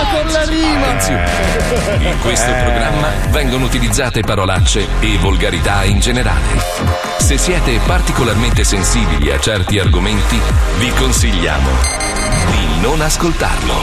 con la rima. Attenzione, in questo programma vengono utilizzate parolacce e volgarità in generale. Se siete particolarmente sensibili a certi argomenti, vi consigliamo di non ascoltarlo.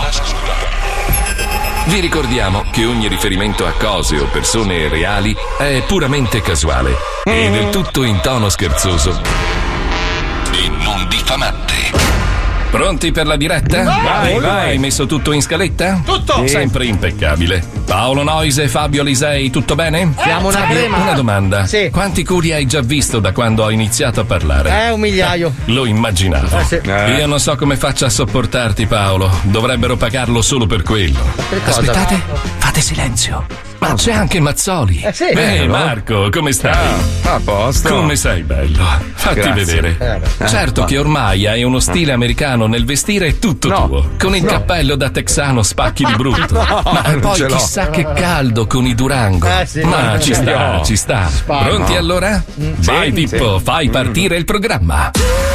Vi ricordiamo che ogni riferimento a cose o persone reali è puramente casuale e del tutto in tono scherzoso e non diffamante. Pronti per la diretta? Vai. Hai messo tutto in scaletta? Tutto! Sempre impeccabile. Paolo Noise e Fabio Alisei, tutto bene? Siamo una crema. Una domanda. Sì. Quanti curi hai già visto da quando ho iniziato a parlare? 1 migliaio. Lo immaginavo. Sì. Io non so come faccia a sopportarti, Paolo. Dovrebbero pagarlo solo per quello. Per cosa? Aspettate, fate silenzio. Ma c'è anche Mazzoli. Sì. Marco, come stai? A posto. Come sei bello? Fatti Grazie. vedere. Certo che ormai hai uno stile americano nel vestire tutto tuo. Con il cappello da texano spacchi di brutto. Ma non poi ce l'ho. chissà che caldo con i Durango. Sì. Ma ci sta, No. ci sta. Pronti allora? Vai Pippo, fai partire il programma.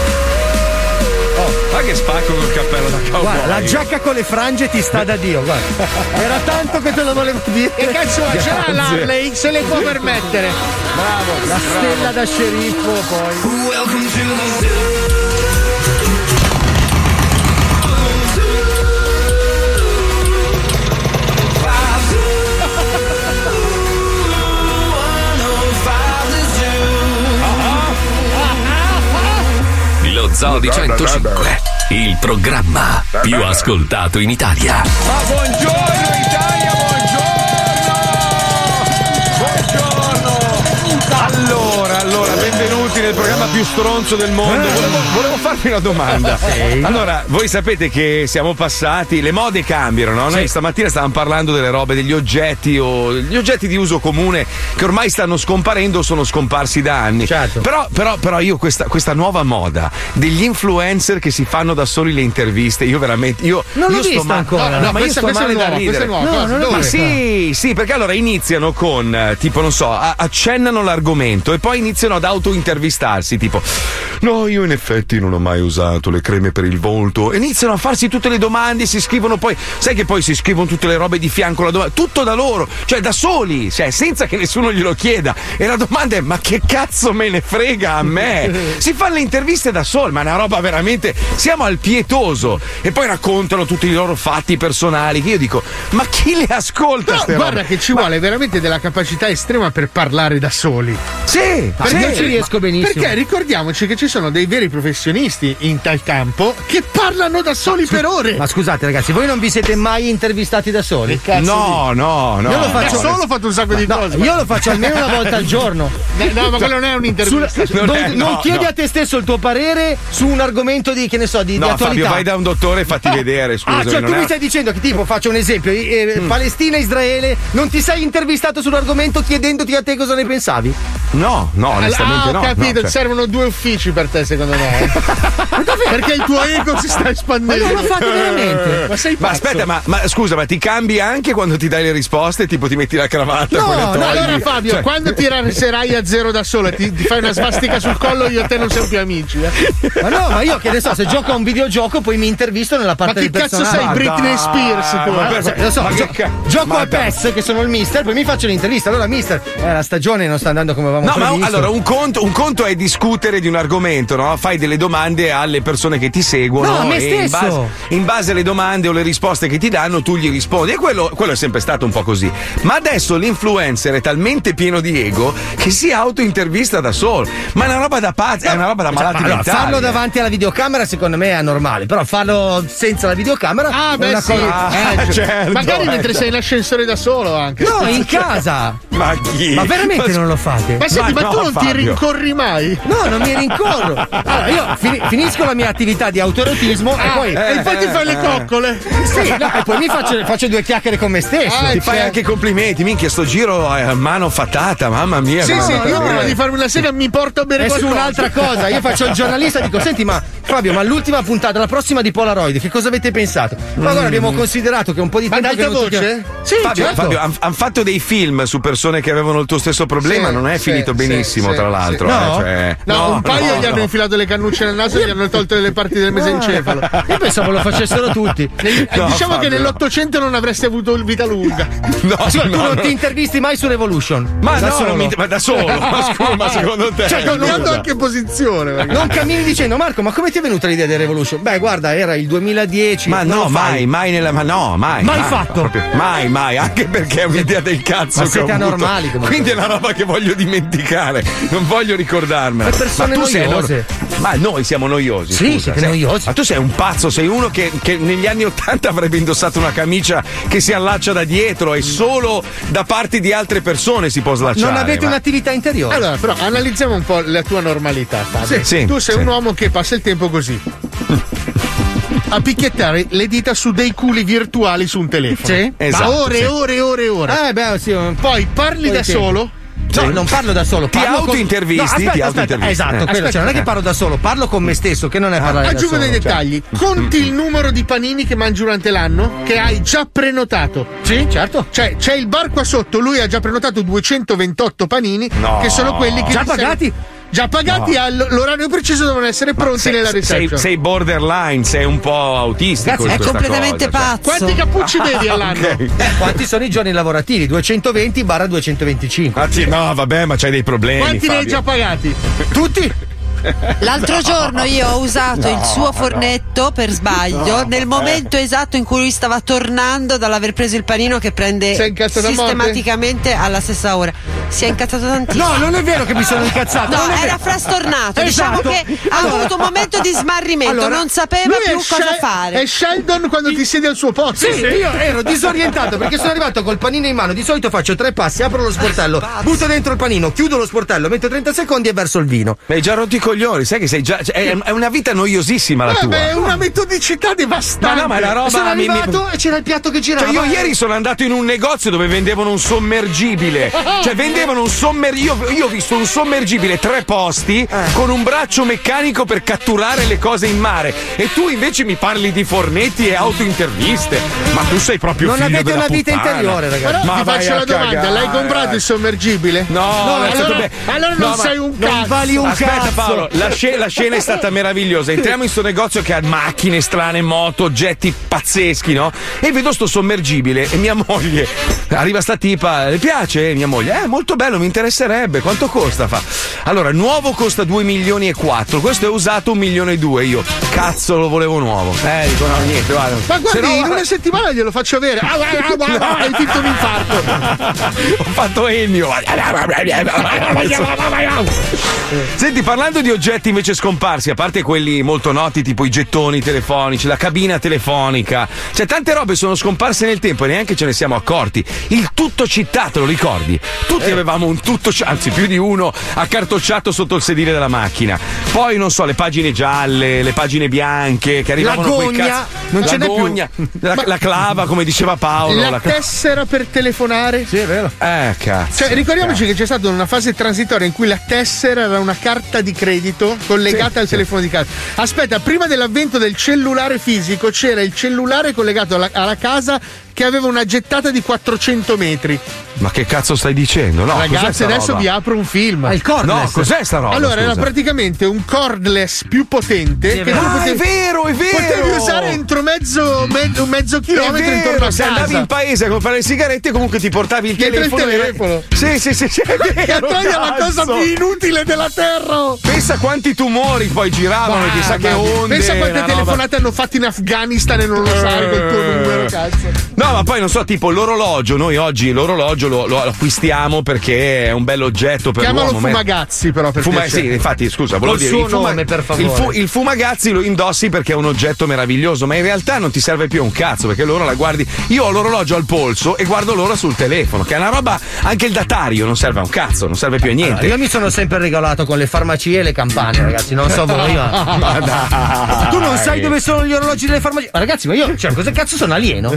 Ma che spacco col cappello da cowboy. Guarda, la giacca con le frange ti sta da Dio, guarda. Era tanto che te lo volevo dire. Che cazzo ce l'ha l'Harley? Se le può permettere. Bravo. La stella da sceriffo poi. Lo Zoo di 105, il programma più ascoltato in Italia. Ma buongiorno Italia, buongiorno. Allora, benvenuti nel programma più stronzo del mondo. Volevo farvi una domanda. Allora, voi sapete che siamo passati, le mode cambiano, no? Noi stamattina stavamo parlando delle robe, degli oggetti o gli oggetti di uso comune che ormai stanno scomparendo o sono scomparsi da anni. Certo. Però io questa nuova moda degli influencer che si fanno da soli le interviste, io veramente Non l'ho sto vista ancora. No, ma io questa sto è male da nuova, questa ridere. è nuova. No, non l'ho Ma vista. sì, perché allora iniziano con tipo, non so, accennano l'argomento e poi iniziano ad autointervistarsi, tipo no, io in effetti non ho mai usato le creme per il volto, e iniziano a farsi tutte le domande, si scrivono poi, sai che poi si scrivono tutte le robe di fianco alla domanda, tutto da loro, cioè da soli, cioè senza che nessuno glielo chieda, e la domanda è ma che cazzo me ne frega a me? Si fanno le interviste da soli, ma è una roba veramente, siamo al pietoso, e poi raccontano tutti i loro fatti personali che io dico ma chi le ascolta? No, ste guarda robe? che ci vuole veramente della capacità estrema per parlare da soli. Sì, Ma io ci riesco benissimo. Perché ricordiamoci che ci sono dei veri professionisti in tal campo che parlano da soli per ore. Ma scusate ragazzi, voi non vi siete mai intervistati da soli? No. Io lo Da faccio solo ho fatto un sacco di cose. Io lo faccio almeno una volta al giorno. No, ma quello non è un'intervista. Non chiedi a te stesso il tuo parere su un argomento di, che ne so, di No, attualità. Fabio, vai da un dottore e fatti vedere, scusami. Cioè non tu è- mi stai dicendo che tipo, faccio un esempio, Palestina e Israele, non ti sei intervistato sull'argomento chiedendoti a te cosa ne pensavi? No, onestamente ho no. capito, no, cioè- servono 2 uffici per te secondo me. Perché il tuo ego si sta Ma espandendo. non lo fate veramente? Ma sei Ma pazzo? aspetta, ma scusa, ma ti cambi anche quando ti dai le risposte? Tipo ti metti la cravatta, No, poi la no, togli? Allora Fabio, Cioè- quando ti raserai a zero da solo e ti fai una svastica sul collo, io e te non siamo più amici. Ma no, ma io che ne so, se gioco a un videogioco poi mi intervisto nella Ma parte che del cazzo personaggio. sei, Britney Spears tu? ma per- Lo so, ma che ca- gioco ma a dai. PES che sono il mister, poi mi faccio l'intervista. Allora, mister, la stagione non sta andando come avevamo No, ma previsto. allora un conto è discutere di un argomento, no? Fai delle domande alle persone che ti seguono No, a me e stesso. in base alle domande o le risposte che ti danno tu gli rispondi, e quello è sempre stato un po' così. Ma adesso l'influencer è talmente pieno di ego che si autointervista da solo. Ma è una roba da pazzi, è una roba da malati Allora, mentali. farlo davanti alla videocamera secondo me è anormale, però farlo senza la videocamera Ah, è beh, una sì. cosa. Certo, Magari mentre sei in ascensore da solo anche. No, in casa. Ma chi? Ma veramente non lo fate? Ma senti, ma no, tu non ti Fabio. rincorri mai? No, non mi rincorro. Allora, io finisco la mia attività di autoerotismo e poi. E poi ti fai le coccole. Sì, no, e poi mi faccio 2 chiacchiere con me stesso. Ti fai anche complimenti, minchia, sto giro è a mano fattata, mamma mia. Sì, come sì, è andata io bene. prima di farmi una sega mi porto a bere E su qualcosa. un'altra cosa, io faccio il giornalista e dico: senti, ma Fabio, ma l'ultima puntata, la prossima di Polaroid, che cosa avete pensato? Ma allora abbiamo considerato che un po' di Ma tempo ad che alta non voce? tocchiamo- Sì, Fabio, certo. hanno fatto dei film su persone che avevano il tuo stesso problema, Sì, non è sì, finito sì, benissimo, sì, tra l'altro. sì. No? Cioè, No, un paio gli hanno infilato le cannucce nel naso e gli hanno tolto delle parti del mesencefalo. Io pensavo lo facessero tutti. Diciamo che nell'800 non avresti avuto vita lunga. No, Ascolta, tu non ti intervisti mai su Revolution? Ma da no, solo. ma da solo. Ma scusa, ma secondo te? Cioè, cambiando anche posizione. Magari. Non cammini dicendo, Marco, ma come ti è venuta l'idea di Revolution? Beh, guarda, era il 2010. Ma no, mai nella. Ma no, mai. Mai fatto. Proprio, mai, anche perché è un'idea del cazzo. Ma che siete ho avuto. anormali comunque. Quindi è una roba che voglio dimenticare. Non voglio ricordarmela. Le persone ma tu noiose. Ma noi siamo noiosi. Sì, scusa. siete noiosi. Ma tu sei un pazzo, sei uno che negli anni '80 avrebbe indossato una camicia che si allaccia da dietro e solo da parti di altre persone si può slacciare. Non avete un'attività interiore. Allora, però, analizziamo un po' la tua normalità, Fabio. Sì, tu sei sì. un uomo che passa il tempo così. A picchiettare le dita su dei culi virtuali su un telefono. Sì. Esatto, Ma ore sì. e ore e ore. Beh, sì. Poi parli da tempo. solo. No, non parlo da solo. Ti Parlo autointervisti, con... ti autointervisti. Esatto, quello, cioè, non è che parlo da solo, parlo con me stesso, che non è parlare da Aggiungo solo. dei dettagli. Conti il numero di panini che mangi durante l'anno che hai già prenotato. Sì, certo. Cioè, c'è il bar qua sotto, lui ha già prenotato 228 panini, No. che sono quelli che Già ti pagati? Già pagati, all'orario preciso devono essere pronti nella reception. Sei borderline, sei un po' autistico. Ragazzi, in È questa completamente cosa, cioè. pazzo. Quanti cappucci bevi all'anno? Ok. Quanti sono i giorni lavorativi? 220/225. Ah, sì, no, vabbè, ma c'hai dei problemi. Quanti ne hai Fabio. già pagati? Tutti? L'altro giorno io ho usato il suo fornetto per sbaglio nel momento esatto in cui lui stava tornando dall'aver preso il panino che prende Sei incazzato a morte? sistematicamente alla stessa ora. Si è incazzato tantissimo. No, non è vero che mi sono incazzato. No, non è era vero. frastornato. Esatto. Diciamo che ha avuto un momento di smarrimento, Allora, non sapeva Lui più è cosa fare. È Sheldon quando ti siedi al suo posto. Sì, io ero disorientato perché sono arrivato col panino in mano. Di solito faccio 3 passi, apro lo sportello, butto dentro il panino, chiudo lo sportello, metto 30 secondi e verso il vino. Mi hai già rotto i coglioni, sai che sei già. Cioè, è una vita noiosissima la tua. Beh, è una metodicità devastante. Ma no, ma è la roba. Sono arrivato e c'era il piatto che girava. Cioè, io ieri sono andato in un negozio dove vendevano un sommergibile. Cioè, vendevano un sommergibile. Io ho visto un sommergibile 3 posti con un braccio meccanico per catturare le cose in mare. E tu invece mi parli di fornetti e autointerviste. Ma tu sei proprio Non figlio avete della una vita puttana. interiore, ragazzi. Però Ma ti vai faccio a la domanda: cagare. l'hai comprato il sommergibile? No, allora non sei un cazzo. Non vali un Aspetta cazzo. Paolo, la scena è stata meravigliosa. Entriamo in sto negozio che ha macchine strane, moto, oggetti pazzeschi, no? E vedo sto sommergibile e mia moglie. Arriva sta tipa, le piace? E mia moglie, molto bello, mi interesserebbe. Quanto costa? Fa. Allora, nuovo costa 2 milioni e 4. Questo è usato 1 milione e 2. Io, cazzo, lo volevo nuovo. Dico, no, niente, guarda. Ma guardi, Se no, in una settimana glielo faccio avere. Hai finto un infarto. ho fatto Ennio. Senti, parlando di oggetti invece scomparsi, a parte quelli molto noti, tipo i gettoni telefonici, la cabina telefonica, cioè tante robe sono scomparse nel tempo e neanche ce ne siamo accorti. Il tutto città, te lo ricordi? Tutti avevamo un tutto, anzi più di uno, accartocciato sotto il sedile della macchina. Poi, non so, le pagine gialle, le pagine bianche che arrivavano La quei gogna, cazzo. non La ce n'è più. gogna, la clava, come diceva Paolo. La tessera per telefonare. Sì, è vero. Cazzo. Cioè, ricordiamoci che c'è stata una fase transitoria in cui la tessera era una carta di credito collegata al telefono di casa. Aspetta, prima dell'avvento del cellulare fisico c'era il cellulare collegato alla casa che aveva una gettata di 400 metri. Ma che cazzo stai dicendo? No, cos'è Ragazzi, sta adesso roba? vi apro un film. Ah, il cordless. No, cos'è sta roba? Allora, era scusa? praticamente un cordless più potente che tu è vero, è vero. potevi usare entro mezzo È chilometro intorno vero, a se casa. andavi in paese a comprare le sigarette, comunque ti portavi il Dietro il telefono. telefono. Sì, è Che vero. troia la cosa cazzo. più inutile della terra. Pensa quanti tumori poi giravano, chissà che onde. Pensa quante una roba- telefonate hanno fatto in Afghanistan e non lo sai col tuo numero, cazzo. No, ma poi non so, tipo l'orologio, noi oggi l'orologio lo acquistiamo perché è un bell'oggetto per Chiamalo l'uomo. Fumagazzi, però, per piacere. Sì, infatti, scusa, volevo Col dire suo nome, per favore. il Fumagazzi lo indossi perché è un oggetto meraviglioso, ma in realtà non ti serve più un cazzo, perché l'ora la guardi. Io ho l'orologio al polso e guardo l'ora sul telefono, che è una roba, anche il datario non serve a un cazzo, non serve più a niente. Io mi sono sempre regolato con le farmacie e le campane, ragazzi. Non so voi, ma. Ma dai. Tu non sai dove sono gli orologi delle farmacie? Ma ragazzi, ma io, cioè, cosa cazzo sono alieno?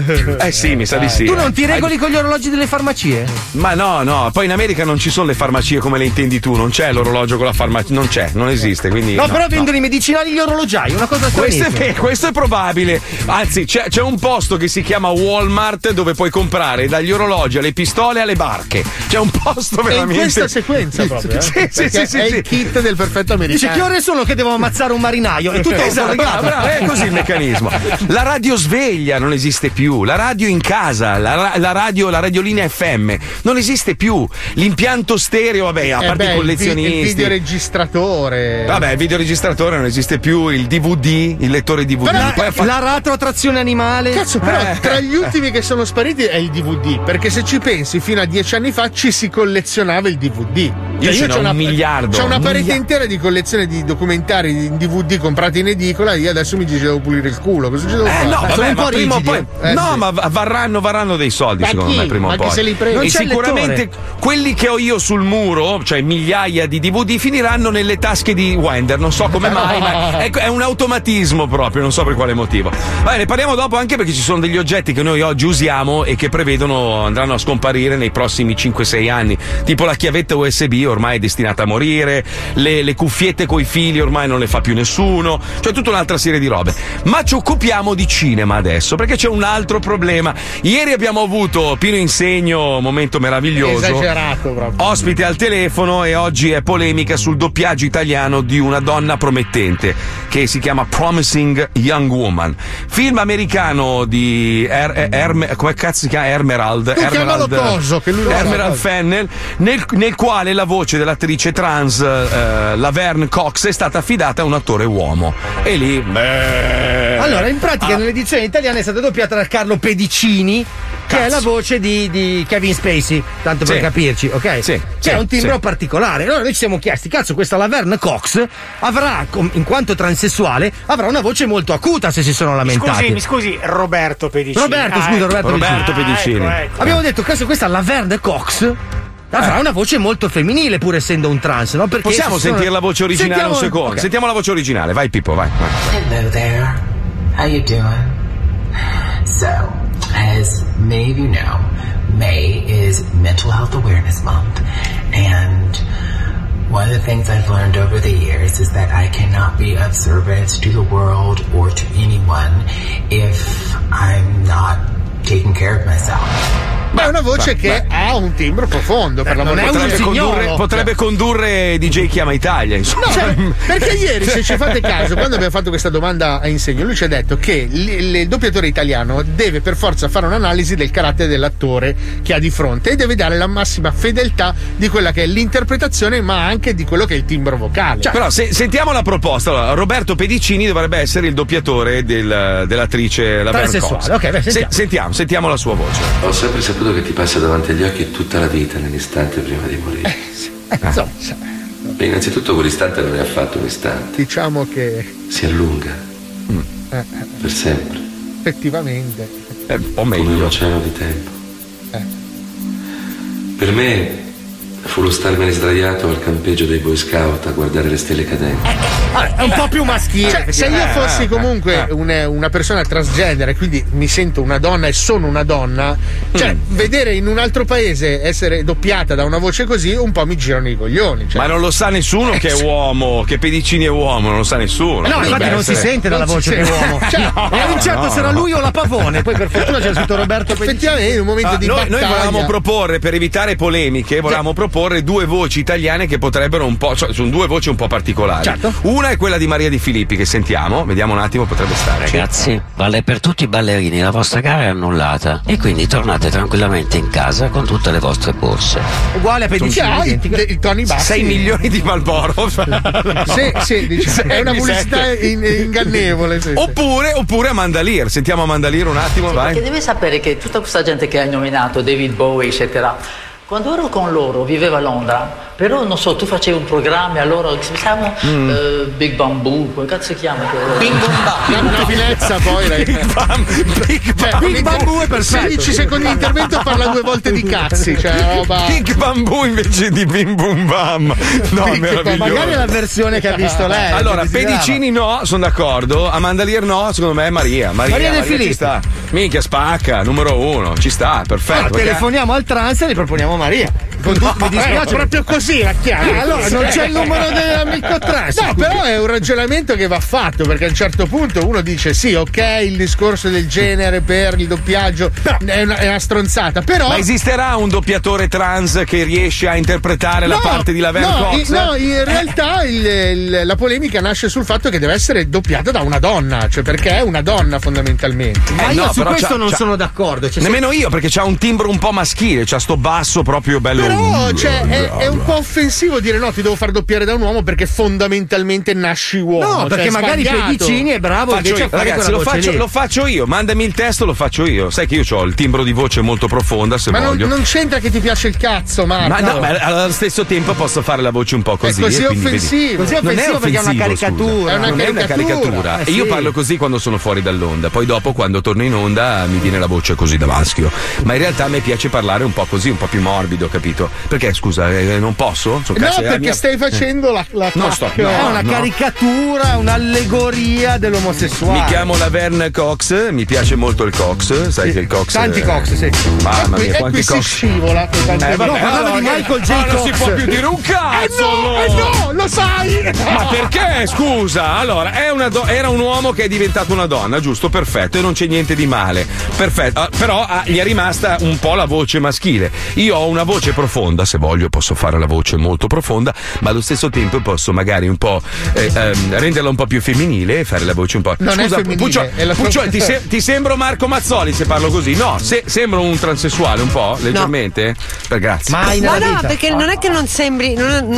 Sì, mi sa di sì. Tu non ti regoli con gli orologi delle farmacie? Ma no, poi in America non ci sono le farmacie come le intendi tu, non c'è l'orologio con la farmacia, non esiste, quindi. No, però vendono i medicinali gli orologiai, una cosa stranissima. Questo è probabile. Anzi, c'è un posto che si chiama Walmart dove puoi comprare dagli orologi alle pistole alle barche. C'è un posto veramente. In questa sequenza proprio. Sì, è il kit del perfetto americano. Dice che ore sono che devo ammazzare un marinaio? E tutto esatto, bravo, è così il meccanismo. La radio sveglia non esiste più, la radio in casa, la radiolinea FM non esiste più. L'impianto stereo, vabbè, a parte i collezionisti. Il videoregistratore. Vabbè, il videoregistratore non esiste più, il DVD, il lettore DVD. La retrotrazione animale. Cazzo, però tra gli ultimi che sono spariti è il DVD, perché se ci pensi fino a 10 anni fa ci si collezionava il DVD. Io c'ho un miliardo. C'è una parete intera di collezione di documentari in DVD comprati in edicola e io adesso mi dice devo pulire il culo. Cosa ci devo fare? No, vabbè, ma prima o poi. No, ma varranno dei soldi, ma secondo me, prima o poi. Se li prendo. E sicuramente quelli che ho io sul muro, cioè migliaia di DVD, finiranno nelle tasche di Wender. Non so come mai, ma è un automatismo proprio, non so per quale motivo. Vabbè, ne parliamo dopo, anche perché ci sono degli oggetti che noi oggi usiamo e che andranno a scomparire nei prossimi 5-6 anni. Tipo la chiavetta USB ormai è destinata a morire, le cuffiette coi fili ormai non le fa più nessuno, cioè tutta un'altra serie di robe. Ma ci occupiamo di cinema adesso, perché c'è un altro problema. Ieri abbiamo avuto Pino Insegno, momento meraviglioso. Esagerato proprio. Ospite al telefono, e oggi è polemica sul doppiaggio italiano di Una donna promettente, che si chiama Promising Young Woman. Film americano di come cazzo si chiama? Emerald Fennell, nel quale la voce dell'attrice trans Laverne Cox è stata affidata a un attore uomo. E lì allora, in pratica nell'edizione italiana è stata doppiata da Carlo Pedicini, che è la voce di Kevin Spacey, tanto per capirci, ok? Sì, che è un timbro particolare. Allora noi ci siamo chiesti, cazzo, questa Laverne Cox avrà, in quanto transessuale, avrà una voce molto acuta, se si sono lamentati. Mi scusi, Roberto Pedicini. Roberto Pedicini. Ecco. Abbiamo detto, cazzo, questa Laverne Cox avrà una voce molto femminile, pur essendo un trans, no? Perché possiamo sentire la voce originale un secondo? Okay. Sentiamo la voce originale, vai Pippo, vai. Hello there, how you doing? So, as many of you know, May is Mental Health Awareness Month, and one of the things I've learned over the years is that I cannot be of service to the world or to anyone if I'm not taking care of myself. Ma è una voce che ha un timbro profondo, per l'amore di Dio. Potrebbe condurre DJ Chiama Italia, insomma. Cioè, perché ieri, se ci fate caso, quando abbiamo fatto questa domanda a Insegno, lui ci ha detto che il doppiatore italiano deve per forza fare un'analisi del carattere dell'attore che ha di fronte e deve dare la massima fedeltà di quella che è l'interpretazione, ma anche di quello che è il timbro vocale. Cioè, però sentiamo la proposta. Allora, Roberto Pedicini dovrebbe essere il doppiatore dell'attrice Laverne Cox. Ok, sentiamo la sua voce. Ho sempre saputo che ti passa davanti agli occhi tutta la vita nell'istante prima di morire. Beh, innanzitutto quell'istante non è affatto un istante. Diciamo che si allunga per sempre. Effettivamente. O meglio. Come un oceano di tempo. Per me fu lo starmene sdraiato al campeggio dei Boy Scout a guardare le stelle cadenti. È un po' più maschile. Cioè, se io fossi comunque una persona transgender e quindi mi sento una donna e sono una donna, cioè vedere in un altro paese essere doppiata da una voce così un po' mi girano i coglioni. Cioè. Ma non lo sa nessuno che è uomo, che Pedicini è uomo, non lo sa nessuno. No, infatti non si sente dalla voce che è uomo. Cioè, non certo se era lui o la Pavone. Poi per fortuna c'è scritto Roberto Pedicini. Effettivamente in un momento di battaglia. Noi volevamo proporre, per evitare polemiche, proporre due voci italiane che potrebbero un po', cioè sono due voci un po' particolari. Certo. Una è quella di Maria Di Filippi, che sentiamo, vediamo un attimo, potrebbe stare. Ragazzi, vale per tutti i ballerini, la vostra gara è annullata e quindi tornate tranquillamente in casa con tutte le vostre borse. Uguale a Pedicini, il Tony Bassi. 6 milioni di Marlboro. Sì, diciamo, è una pubblicità ingannevole. Sì. Oppure Amanda Lear, sentiamo Amanda Lear un attimo, vai. Perché devi sapere che tutta questa gente che hai nominato, David Bowie, eccetera, Quando ero con loro, vivevo a Londra, però non so, tu facevi un programma e allora siamo Big Bamboo, come cazzo si chiama? Bing Bamboo. Una finezza poi. Big Bamboo è per 16 secondi di intervento parla 2 volte di cazzi, cioè roba. Big Bamboo invece di Bim Bum Bam. No, meraviglioso. Magari è la versione che ha visto lei. Allora, Pedicini no, sono d'accordo. Amanda Lear no, secondo me è Maria De Filippi. Ci sta. Minchia, spacca, numero 1, ci sta, perfetto. Telefoniamo al trans e gli proponiamo Maria. Mi dispiace, proprio così, la chiave. Allora non c'è il numero dell'amico trans. No, però è un ragionamento che va fatto, perché a un certo punto uno dice sì, ok, il discorso del genere per il doppiaggio è una stronzata, però. Ma esisterà un doppiatore trans che riesce a interpretare la parte di Laverne Cox? No, in realtà la polemica nasce sul fatto che deve essere doppiata da una donna, cioè perché è una donna fondamentalmente. Ma io su questo non sono d'accordo. Nemmeno io, perché c'ha un timbro un po' maschile, c'ha sto basso proprio bello. Però è un po' offensivo dire no, ti devo far doppiare da un uomo perché fondamentalmente nasci uomo. No, perché magari Pedicini è bravo invece a fare ragazzi, lo faccio io, mandami il testo, lo faccio io. Sai che io ho il timbro di voce molto profonda, se voglio. Ma non c'entra che ti piace il cazzo, Marco. Ma allo stesso tempo posso fare la voce un po' così. È così offensivo. Così offensivo perché è una caricatura. Non è una caricatura. E io parlo così quando sono fuori dall'onda. Poi dopo, quando torno in onda, mi viene la voce così da maschio. Ma in realtà a me piace parlare un po' così, un po' più morbido, capito? Perché scusa, non posso? No, perché stai facendo la non sto. È una caricatura, un'allegoria dell'omosessuale. Mi chiamo Laverne Cox, mi piace molto il Cox, sai che il Cox. Tanti Cox, sì. Mamma mia, quanti Cox. Si scivola. Parlava di Michael J. Cox. Non si può più dire un cazzo. No, lo sai. Ma perché? Scusa. Allora, era un uomo che è diventato una donna, giusto? Perfetto, e non c'è niente di male. Perfetto. Però gli è rimasta un po' la voce maschile. Io ho una voce profonda, se voglio posso fare la voce molto profonda, ma allo stesso tempo posso magari un po' renderla un po' più femminile e fare la voce un po'. Non Scusa, è femminile, Puccioli, ti sembro Marco Mazzoli se parlo così? No, sembro un transessuale un po', leggermente? No. Grazie. No, perché non è che non sembri,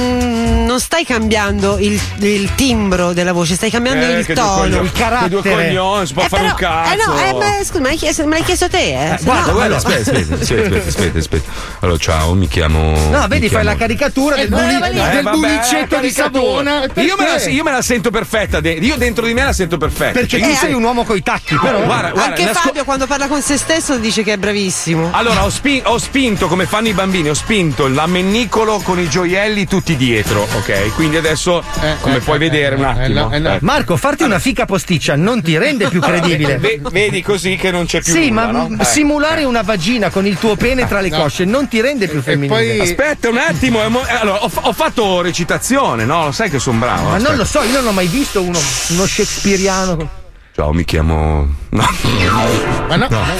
non stai cambiando il timbro della voce, stai cambiando il tono, il carattere. Due coglioni, si può fare un cazzo. Scusa, me l'hai chiesto te, Guarda, aspetta. Allora, ciao, mi chiamo. No, vedi, fai la caricatura del bulicetto di Savona. Io me la sento perfetta. Io dentro di me la sento perfetta. Perché tu sei un uomo coi tacchi, però. Guarda, anche Fabio quando parla con se stesso dice che è bravissimo. Allora, ho spinto, come fanno i bambini, ho spinto l'ammennicolo con i gioielli tutti dietro, ok? Quindi adesso, come puoi vedere un attimo. Marco, farti una fica posticcia non ti rende più credibile. Vedi così che non c'è più nulla, ma no? simulare una vagina con il tuo pene tra le cosce non ti rende più femminile. Poi... Aspetta un attimo, allora, ho fatto recitazione, no? Lo sai che sono bravo. Ma non lo so, io non ho mai visto uno shakespeariano. Ciao, mi chiamo. No. Ma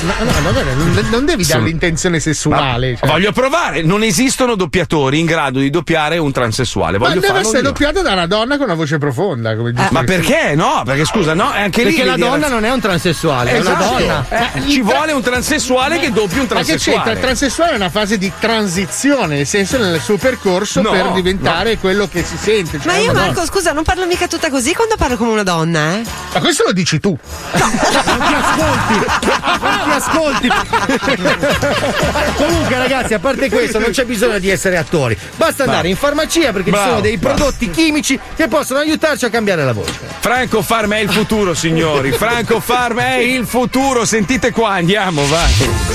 non devi dare l'intenzione sessuale. Cioè. Voglio provare. Non esistono doppiatori in grado di doppiare un transessuale. Ma deve essere doppiato da una donna con una voce profonda. Come ma perché? No, perché scusa, no, è anche perché lì. Perché la donna non è un transessuale, è una donna. Ci vuole un transessuale che doppi un transessuale. Ma che c'entra? Il transessuale è una fase di transizione, nel senso nel suo percorso per diventare quello che si sente. Cioè ma io, Marco, scusa, non parlo mica tutta così quando parlo come una donna, eh? Ma questo lo dici tu. Non ti ascolti. Comunque, ragazzi, a parte questo, non c'è bisogno di essere attori. Basta andare in farmacia perché ci sono dei prodotti chimici che possono aiutarci a cambiare la voce. Franco Farm è il futuro, signori. Franco Farm è il futuro. Sentite qua, andiamo, vai.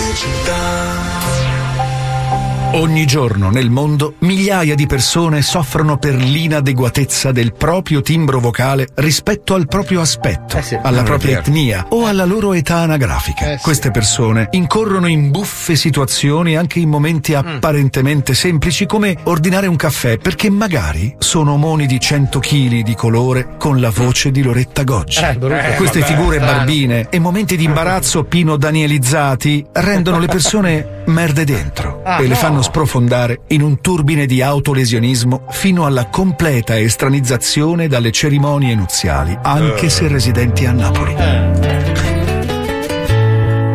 Ogni giorno nel mondo migliaia di persone soffrono per l'inadeguatezza del proprio timbro vocale rispetto al proprio aspetto, alla propria etnia o alla loro età anagrafica. Queste persone incorrono in buffe situazioni anche in momenti apparentemente semplici come ordinare un caffè perché magari sono omoni di 100 kg di colore con la voce di Loretta Goggi. Queste figure barbine e momenti di imbarazzo pino danielizzati rendono le persone merde dentro e le fanno sprofondare in un turbine di autolesionismo fino alla completa estranizzazione dalle cerimonie nuziali, anche se residenti a Napoli. È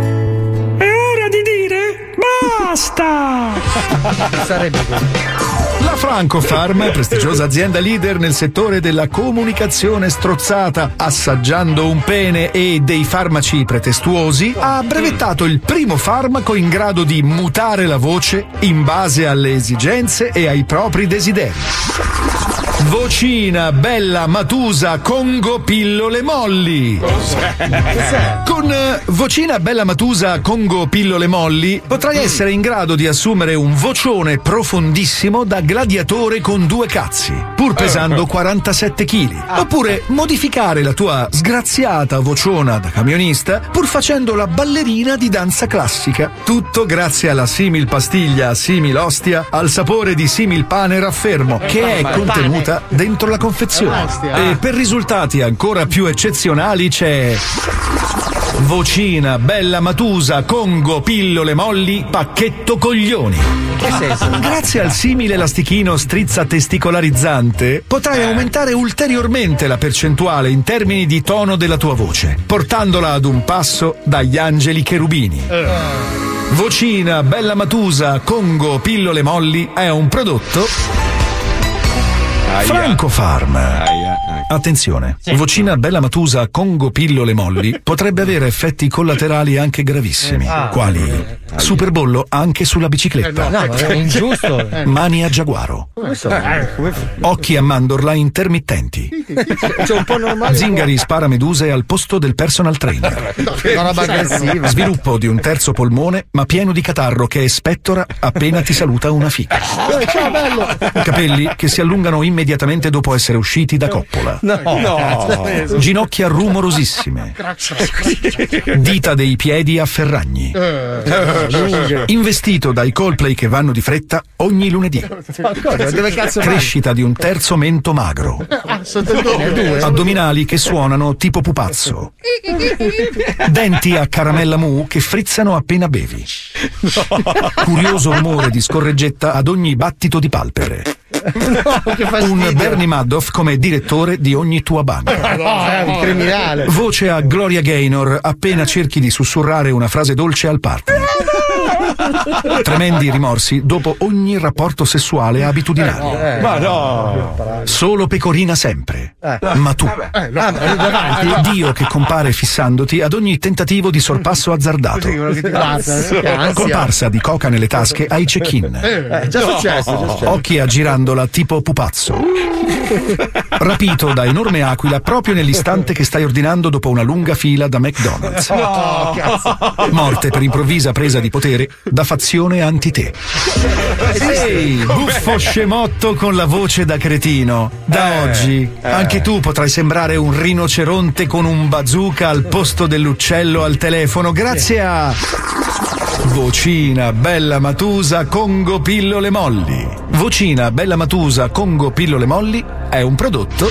ora di dire basta! Sarebbe La Francofarm, prestigiosa azienda leader nel settore della comunicazione strozzata, assaggiando un pene e dei farmaci pretestuosi, ha brevettato il primo farmaco in grado di mutare la voce in base alle esigenze e ai propri desideri. Vocina Bella Matusa Congo Pillole Molli. Con Vocina Bella Matusa Congo Pillole Molli potrai essere in grado di assumere un vocione profondissimo da gladiatore con 2 cazzi, pur pesando 47 kg. Oppure modificare la tua sgraziata vociona da camionista pur facendo la ballerina di danza classica. Tutto grazie alla simil pastiglia simil ostia al sapore di simil pane raffermo, che è contenuta dentro la confezione. E per risultati ancora più eccezionali c'è Vocina Bella Matusa Congo Pillole Molli Pacchetto Coglioni. Che senso? Grazie al simile elastichino strizza testicolarizzante potrai aumentare ulteriormente la percentuale in termini di tono della tua voce, portandola ad un passo dagli angeli cherubini. Vocina Bella Matusa Congo Pillole Molli è un prodotto Francofarm. Attenzione, Vocina Bella Matusa Congo Pillole Molli potrebbe avere effetti collaterali anche gravissimi, quali superbollo anche sulla bicicletta, no, è ingiusto. mani a giaguaro, occhi a mandorla intermittenti, C'è un po' normale. zingari sparameduse al posto del personal trainer, Una roba aggressiva. sviluppo di un terzo polmone ma pieno di catarro che spettora appena ti saluta una fica, Ciao bello. capelli che si allungano immediatamente dopo essere usciti da coppola, ginocchia rumorosissime, dita dei piedi a ferragni, investito dai Coldplay che vanno di fretta ogni lunedì, Dove cazzo vai? crescita di un terzo mento magro, addominali che suonano tipo pupazzo, denti a caramella mu che frizzano appena bevi, curioso rumore di scorreggetta ad ogni battito di palpebre, un Bernie Madoff come direttore di ogni tua banca, un criminale. voce a Gloria Gaynor appena cerchi di sussurrare una frase dolce al partner, tremendi rimorsi dopo ogni rapporto sessuale abitudinario. Ma no! Solo pecorina sempre. Ma tu. Dio che compare fissandoti ad ogni tentativo di sorpasso azzardato. Comparsa di coca nelle tasche ai check-in. Già successo. Occhi aggirandola tipo pupazzo. Rapito da enorme aquila proprio nell'istante che stai ordinando dopo una lunga fila da McDonald's. Morte per improvvisa presa di potere da fazione anti-te. Ehi, buffo scemotto con la voce da cretino. Da oggi anche tu potrai sembrare un rinoceronte con un bazooka al posto dell'uccello al telefono grazie a Vocina Bella Matusa Congo Pillole Molli. Vocina Bella Matusa Congo Pillole Molli è un prodotto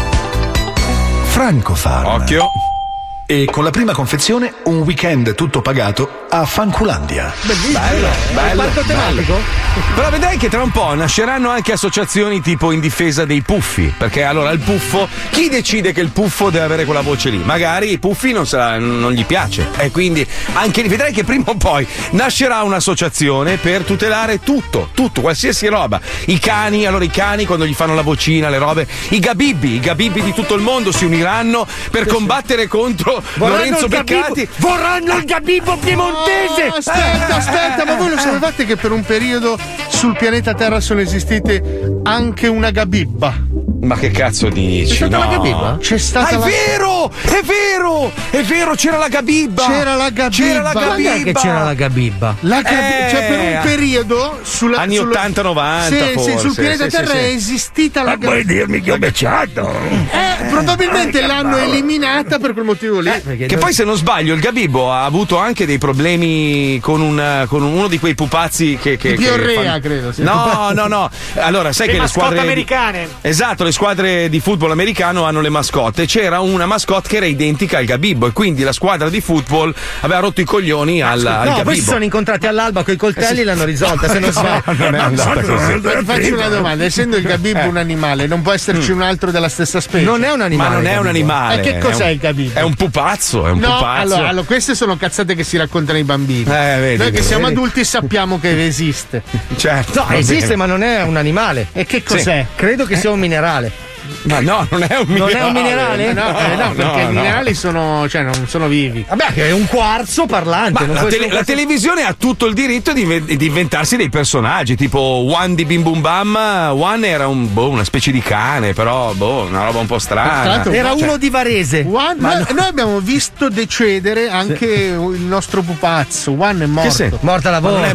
Francofarm. Occhio. E con la prima confezione un weekend tutto pagato a Fanculandia. Bello. Quanto tematico? Però vedrai che tra un po' nasceranno anche associazioni tipo in difesa dei puffi. Perché allora il puffo, chi decide che il puffo deve avere quella voce lì? Magari i puffi non gli piace. E quindi anche vedrai che prima o poi nascerà un'associazione per tutelare tutto, qualsiasi roba. I cani quando gli fanno la vocina, le robe, i gabibbi di tutto il mondo si uniranno per combattere contro Lorenzo Beccati. Vorranno il gabibbo piemontese. Aspetta, ma voi lo sapevate che per un periodo sul pianeta Terra sono esistite anche una gabibba? Ma che cazzo dici? C'è stata No. la gabibba? C'è stata È vero, c'era la gabibba. Quando è che c'era la gabibba? Cioè per un periodo anni 80-90 sì, sul pianeta Terra è esistita la gabibba. Vuoi dirmi che ho becciato? Probabilmente l'hanno eliminata per quel motivo lì. Che poi se non sbaglio il gabibbo ha avuto anche dei problemi con uno di quei pupazzi che Piorrea, fanno... credo. Sì. No. Allora sai che le squadre americane. Esatto, le squadre di football americano hanno le mascotte. C'era una mascotte che era identica al Gabibbo e quindi la squadra di football aveva rotto i coglioni al Gabibbo. Questi sono incontrati all'alba con i coltelli, l'hanno risolta. Se non sbaglio, non è andata così. Ti faccio una domanda: essendo il Gabibbo un animale, non può esserci un altro della stessa specie? Non è un animale. Ma non è un animale. E che cos'è il Gabibbo? È un pupazzo. Allora, queste sono cazzate che si raccontano ai bambini. Vedi, noi che siamo adulti sappiamo che esiste. Certo. No, esiste, ma non è un animale. E che cos'è? Sì. Credo che sia un minerale. Ma no, non è un minerale. Non è un minerale? No, perché i minerali sono, cioè, non sono vivi. Vabbè, che è un quarzo parlante. Ma la televisione ha tutto il diritto di inventarsi dei personaggi, tipo One di Bim Bum Bam. One era una specie di cane, però una roba un po' strana. Era uno di Varese. Noi abbiamo visto decedere anche il nostro pupazzo. One è morto. Morta la voce,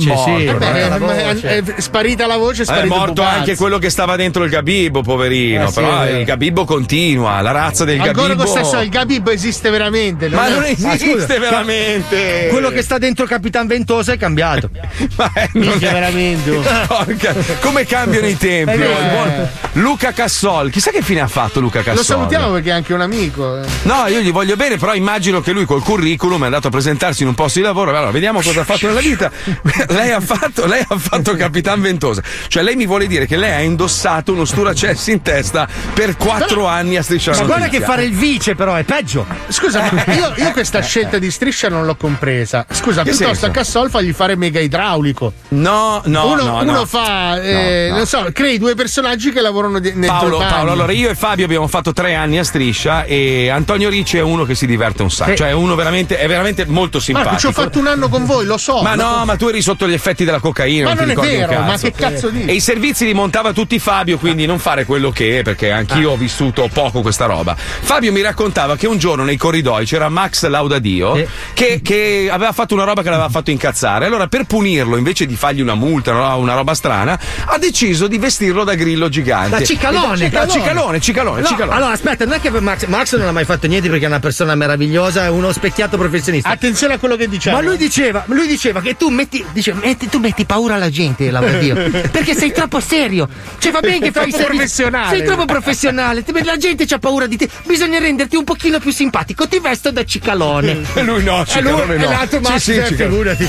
è sparita la voce, è sparito morto il pupazzo. Anche quello che stava dentro il Gabibbo, poverino. Però il Gabibbo continua, la razza del Gabibbo. Ancora il Gabibbo esiste veramente. Non esiste veramente. Quello che sta dentro Capitan Ventosa è cambiato. Veramente. Porca, come cambiano i tempi. Luca Cassol, chissà che fine ha fatto Luca Cassol. Lo salutiamo perché è anche un amico. No, io gli voglio bene, però immagino che lui col curriculum è andato a presentarsi in un posto di lavoro. Allora, vediamo cosa ha fatto nella vita. lei ha fatto Capitan Ventosa. Cioè, lei mi vuole dire che lei ha indossato uno sturacessi in testa per 4 anni a Striscia la Notizia. Ma guarda che fare il vice, però, è peggio. Scusa, ma io questa scelta di Striscia non l'ho compresa. Scusa, che piuttosto senso? A Cassol fagli fare mega idraulico. No. Uno fa, non so, crei 2 personaggi che lavorano nel Paolo, allora io e Fabio abbiamo fatto 3 anni a Striscia e Antonio Ricci è uno che si diverte un sacco. Cioè, è veramente molto simpatico. Ci ho fatto un anno con voi, lo so. Ma tu eri sotto gli effetti della cocaina. Ma non è vero, ma che cazzo dici? E i servizi li montava tutti Fabio, quindi non fare quello che è, perché anch'io ho vissuto poco questa roba. Fabio mi raccontava che un giorno nei corridoi c'era Max Laudadio che aveva fatto una roba che l'aveva fatto incazzare. Allora, per punirlo, invece di fargli una multa, una roba strana, ha deciso di vestirlo da grillo gigante. Da cicalone. Cicalone. Allora, aspetta, non è che Max non ha mai fatto niente perché è una persona meravigliosa, è uno specchiato professionista. Attenzione a quello che diciamo. Ma lui diceva che tu metti paura alla gente, Laudadio, perché sei troppo serio. Cioè, va bene che fai professionale. Sei troppo professionale. La gente c'ha paura di te. Bisogna renderti un pochino più simpatico. Ti vesto da cicalone. E lui no, cicalone no. E l'altro Max, figurati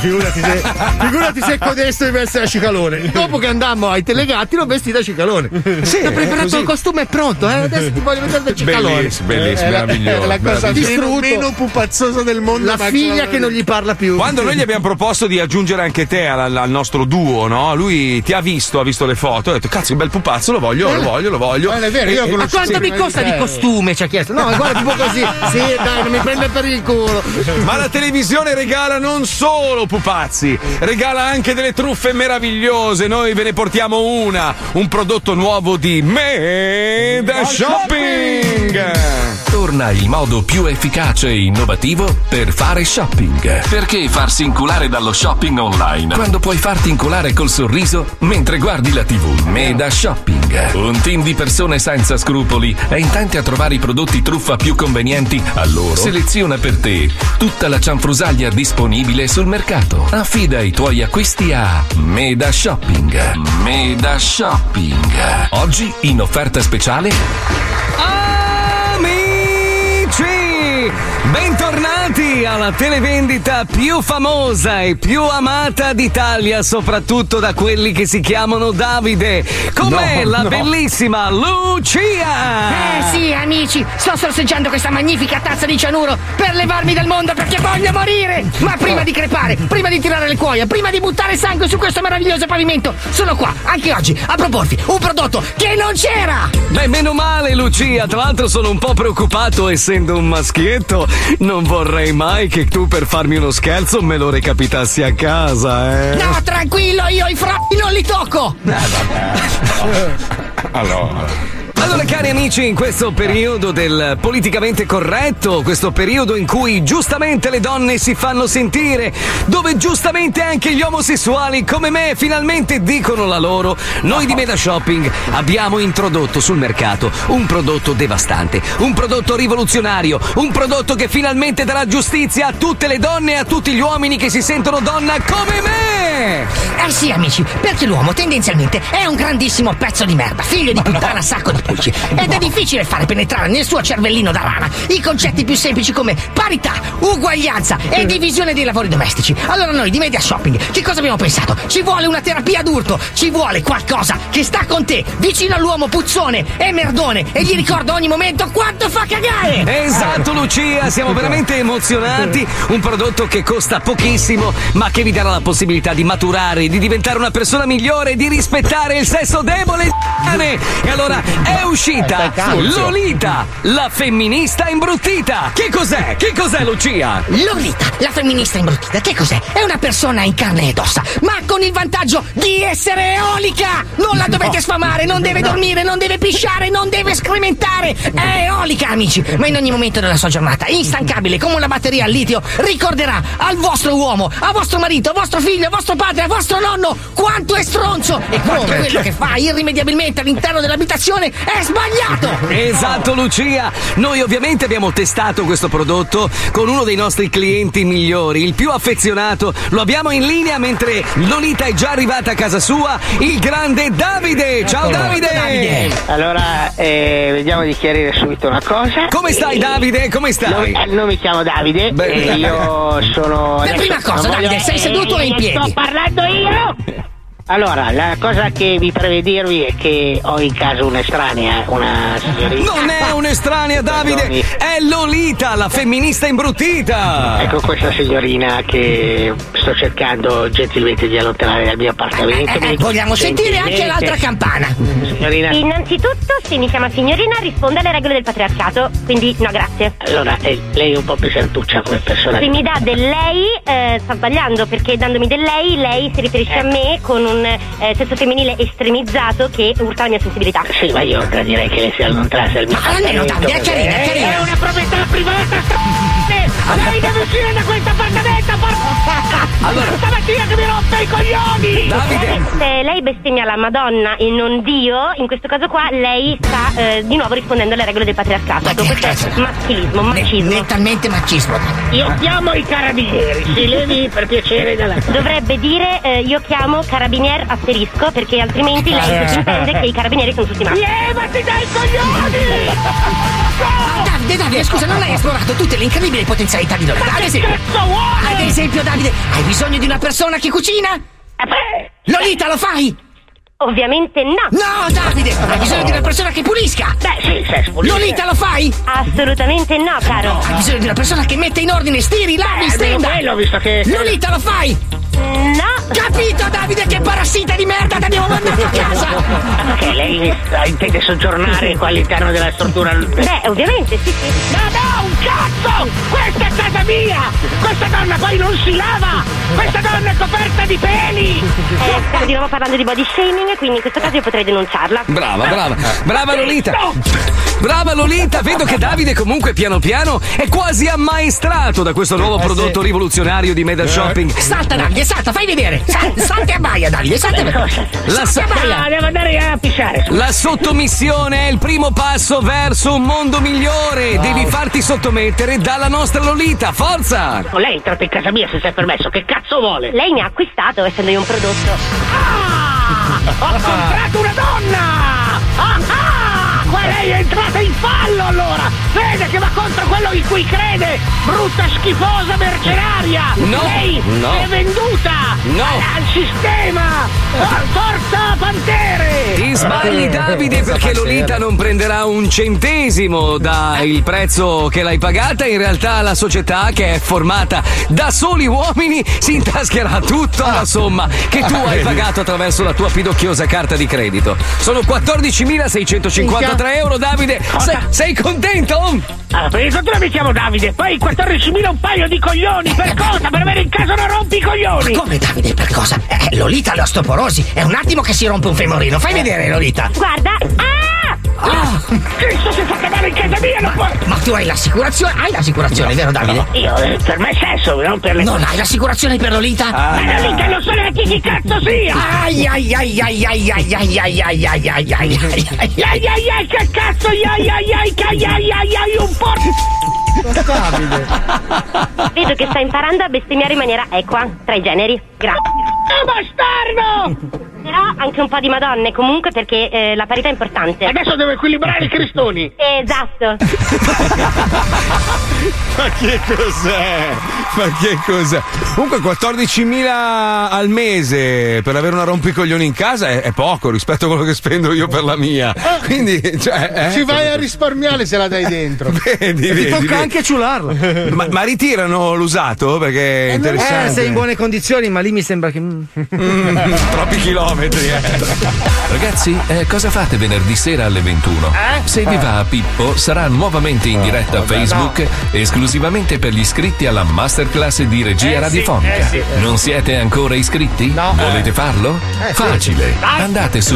se codesto di vestire da cicalone. Dopo che andammo ai telegatti lo vesti da cicalone. Sì, ho preparato il costume, è pronto, adesso ti voglio vedere da cicalone. Bellissimo, meraviglioso. La cosa meno pupazzosa del mondo. La figlia che non gli parla più. Quando noi gli abbiamo proposto di aggiungere anche te al nostro duo, no? Lui ti ha visto le foto, ha detto cazzo che bel pupazzo, lo voglio. È vero, ma quanto mi costa di costume? Ci ha chiesto. No, guarda, tipo così. Sì, dai, non mi prende per il culo. Ma la televisione regala non solo pupazzi, regala anche delle truffe meravigliose. Noi ve ne portiamo un prodotto nuovo di Meda Shopping. Torna il modo più efficace e innovativo per fare shopping. Perché farsi inculare dallo shopping online quando puoi farti inculare col sorriso mentre guardi la TV? Meda Shopping. Un team di persone senza scrupoli è intenti a trovare i prodotti truffa più convenienti a loro. Seleziona per te tutta la cianfrusaglia disponibile sul mercato. Affida i tuoi acquisti a Meda Shopping. Meda Shopping. Oggi in offerta speciale. Bentornati alla televendita più famosa e più amata d'Italia, soprattutto da quelli che si chiamano Davide. Com'è la bellissima Lucia? Sì, amici, sto sorseggiando questa magnifica tazza di cianuro per levarmi dal mondo perché voglio morire. Ma prima di crepare, prima di tirare le cuoia, prima di buttare sangue su questo meraviglioso pavimento, sono qua, anche oggi, a proporvi un prodotto che non c'era. Beh, meno male, Lucia. Tra l'altro sono un po' preoccupato, essendo un maschietto. Non vorrei mai che tu, per farmi uno scherzo, me lo recapitassi a casa, No, tranquillo, io i frati non li tocco. Allora, cari amici, in questo periodo del politicamente corretto, questo periodo in cui giustamente le donne si fanno sentire, dove giustamente anche gli omosessuali come me finalmente dicono la loro, noi di Meda Shopping abbiamo introdotto sul mercato un prodotto devastante, un prodotto rivoluzionario, un prodotto che finalmente darà giustizia a tutte le donne e a tutti gli uomini che si sentono donna come me. Sì, amici, perché l'uomo tendenzialmente è un grandissimo pezzo di merda, figlio di puttana, sacco di pulci. Ed è difficile fare penetrare nel suo cervellino da rana i concetti più semplici come parità, uguaglianza e divisione dei lavori domestici. Allora noi di Media Shopping che cosa abbiamo pensato? Ci vuole una terapia d'urto, ci vuole qualcosa che sta con te, vicino all'uomo puzzone e merdone e gli ricorda ogni momento quanto fa cagare. Esatto, Lucia, siamo veramente emozionati. Un prodotto che costa pochissimo ma che vi darà la possibilità di maturare, di diventare una persona migliore, di rispettare il sesso debole. E allora è uscita Lolita, la femminista imbruttita. Che cos'è? Che cos'è, Lucia? Lolita, la femminista imbruttita, che cos'è? È una persona in carne ed ossa, ma con il vantaggio di essere eolica. Non la dovete sfamare, non deve dormire, non deve pisciare, non deve escrementare. È eolica, amici, ma in ogni momento della sua giornata, instancabile come una batteria al litio, ricorderà al vostro uomo, a vostro marito, a vostro figlio, a vostro padre, a vostro nonno quanto è stronzo e quanto quello che fa irrimediabilmente all'interno dell'abitazione è sbagliato. Esatto, Lucia. Noi ovviamente abbiamo testato questo prodotto con uno dei nostri clienti migliori, il più affezionato. Lo abbiamo in linea mentre Lolita è già arrivata a casa sua, il grande Davide. Ciao Davide. Allora, vediamo di chiarire subito una cosa. Come stai, Davide? Come stai? Non mi chiamo Davide, io sono... Per prima cosa, Davide, sei seduto o in piedi? Sto parlando io! Allora, la cosa che vi preve dirvi è che ho in casa un'estranea, una signorina. Non è un'estranea, Davide, è Lolita, la femminista imbruttita. Ecco, questa signorina che sto cercando gentilmente di allontanare dal mio appartamento. Vogliamo sentire anche l'altra campana. Signorina. Innanzitutto, se mi chiama signorina, risponde alle regole del patriarcato, quindi no, grazie. Allora, lei è un po' pesantuccia come persona. Se mi dà del lei, sta sbagliando, perché dandomi del lei si riferisce a me con un sesso femminile estremizzato che urta la mia sensibilità. Sì, ma io gradirei che lei si allontanasse dal mio appartamento. È carina. È una proprietà privata, lei deve uscire da questo appartamento, allora, stamattina che mi rompe i coglioni! Davide! Se lei bestemmia la Madonna e non Dio, in questo caso qua lei sta di nuovo rispondendo alle regole del patriarcato. Ecco, questo è maschilismo, macismo. Nettamente macismo. Io chiamo i carabinieri, si levi per piacere dalla... Dovrebbe dire io chiamo carabinier asterisco, perché altrimenti lei sottintende che i carabinieri sono tutti maschi. Levati dai coglioni! Davide, scusa, non hai esplorato tutte le incredibili potenzialità di Lolita? Ad esempio, Davide, hai bisogno di una persona che cucina? Lolita, lo fai? Ovviamente no. No, Davide, hai bisogno di una persona che pulisca? Beh, sì, se pulire. Lolita, lo fai? Assolutamente no, caro. Hai bisogno di una persona che mette in ordine stiri, lavi, stenda. Bello, visto che... Lolita, lo fai? No. Capito, Davide, che parassita di merda ti abbiamo mandato a casa? Che lei intende soggiornare qua all'interno della struttura? Beh, ovviamente, sì. No, un cazzo! Questa è casa mia! Questa donna poi non si lava! Questa donna è coperta di peli! Stiamo di nuovo parlando di body shaming, quindi in questo caso io potrei denunciarla. Brava Lolita! Brava Lolita, vedo che Davide comunque piano piano è quasi ammaestrato da questo nuovo prodotto rivoluzionario di Media Shopping. Salta, Davide, salta, fai vedere. Salta e abbaia, Davide, salta e abbaia. No, devo andare a pisciare. La sottomissione è il primo passo verso un mondo migliore. Devi farti sottomettere dalla nostra Lolita, forza! Lei è entrata in casa mia senza permesso, che cazzo vuole? Lei mi ha acquistato, essendo io un prodotto. Ho comprato una donna! Lei è entrata in fallo allora! Vede che va contro quello in cui crede! Brutta schifosa mercenaria! Lei è venduta al sistema! Forza Pantere! Ti sbagli, Davide, perché Lolita non prenderà un centesimo dal prezzo che l'hai pagata. In realtà la società, che è formata da soli uomini, si intascherà tutta la somma che tu hai pagato attraverso la tua pidocchiosa carta di credito. Sono 14.653 euro, Davide. Sei contento? Prima di tutto mi chiamo Davide, poi 14.000 un paio di coglioni. Per cosa? Per avere in casa non rompi i coglioni. Ma come, Davide, per cosa? Lolita le osteoporosi, è un attimo che si rompe un femorino. Fai vedere, Lolita. Guarda. Cristo, si è fatta male in casa mia, non può... Ma tu hai l'assicurazione? Hai l'assicurazione, vero, Davide? Io, per me stesso, non per le... Non hai l'assicurazione per Lolita? Ma Lolita non so neanche chi cazzo sia! Ai, che cazzo, un po'... Vedo che sta imparando a bestemmiare in maniera equa tra i generi. Grazie. bastardo! Però anche un po' di madonne, comunque, perché la parità è importante. Adesso devo equilibrare i cristoni. Esatto. Ma che cos'è? Comunque 14.000 al mese per avere una rompicoglioni in casa è poco rispetto a quello che spendo io per la mia. Quindi, ci vai a risparmiare se la dai dentro. Ti tocca anche ciularla. Ma ritirano l'usato? Perché è interessante. Sei in buone condizioni, ma lì mi sembra che. Troppi chilometri. Ragazzi, cosa fate venerdì sera alle 21? Se vi va, Pippo sarà nuovamente in diretta a Facebook esclusivamente per gli iscritti alla masterclass di regia radiofonica. Non siete ancora iscritti? No. Volete farlo? Facile. Dai. Andate su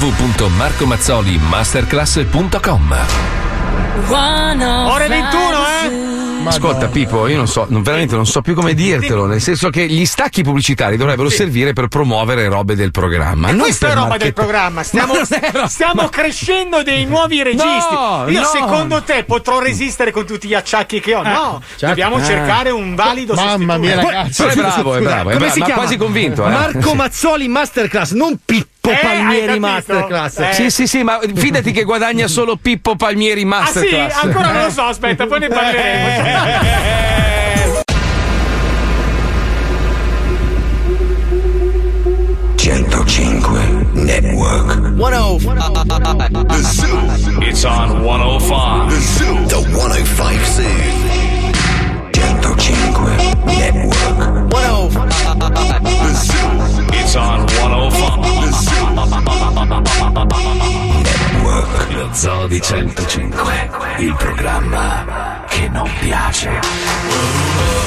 www.marcomazzolimasterclass.com. Ore 21, Ascolta Pippo, io veramente non so più come dirtelo, nel senso che gli stacchi pubblicitari dovrebbero servire per promuovere robe del programma. Non questa è roba del programma, stiamo crescendo dei nuovi registi. Io secondo te potrò resistere con tutti gli acciacchi che ho? No, dobbiamo cercare un valido sostituto. Mamma mia ragazzi. Però è bravo, Come si ma chiama? quasi convinto. Marco Mazzoli Masterclass, non Pippo Palmieri Masterclass. Sì, ma fidati che guadagna solo Pippo Palmieri Masterclass. Ah sì? Ancora non lo so, aspetta, poi ne parleremo. 105 Network. 105. The Zoo. It's on 105. The Zoo. The 105 Zoo. 105 Network. 105. The Zoo. It's on 105. The Zoo. Network. Lo Zoo di 105, il programma che non piace.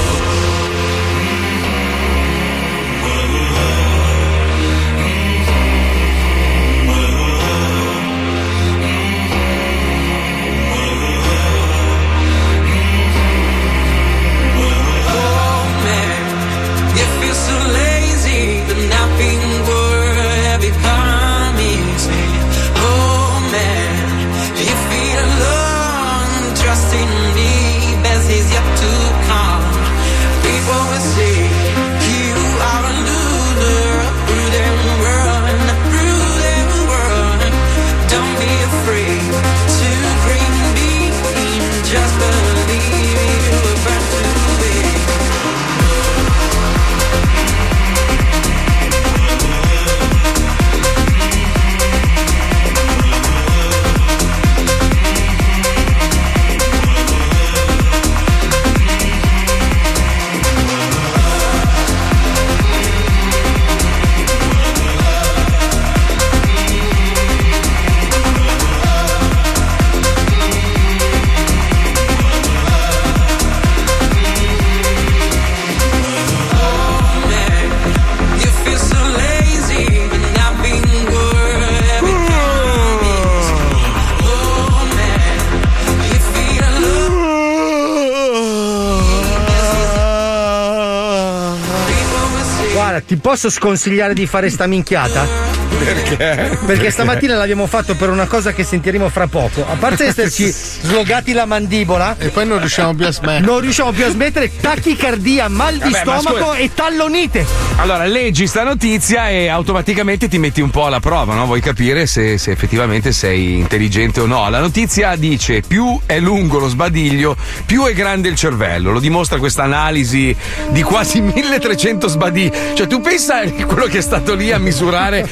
Ti posso sconsigliare di fare sta minchiata? Perché? Perché stamattina l'abbiamo fatto per una cosa che sentiremo fra poco. A parte esserci slogati la mandibola e poi non riusciamo più a smettere. Non riusciamo più a smettere, tachicardia, mal di stomaco e tallonite. Allora, leggi sta notizia e automaticamente ti metti un po' alla prova, no? Vuoi capire se effettivamente sei intelligente o no. La notizia dice: più è lungo lo sbadiglio, più è grande il cervello. Lo dimostra questa analisi di quasi 1300 sbadigli. Cioè, tu pensa a quello che è stato lì a misurare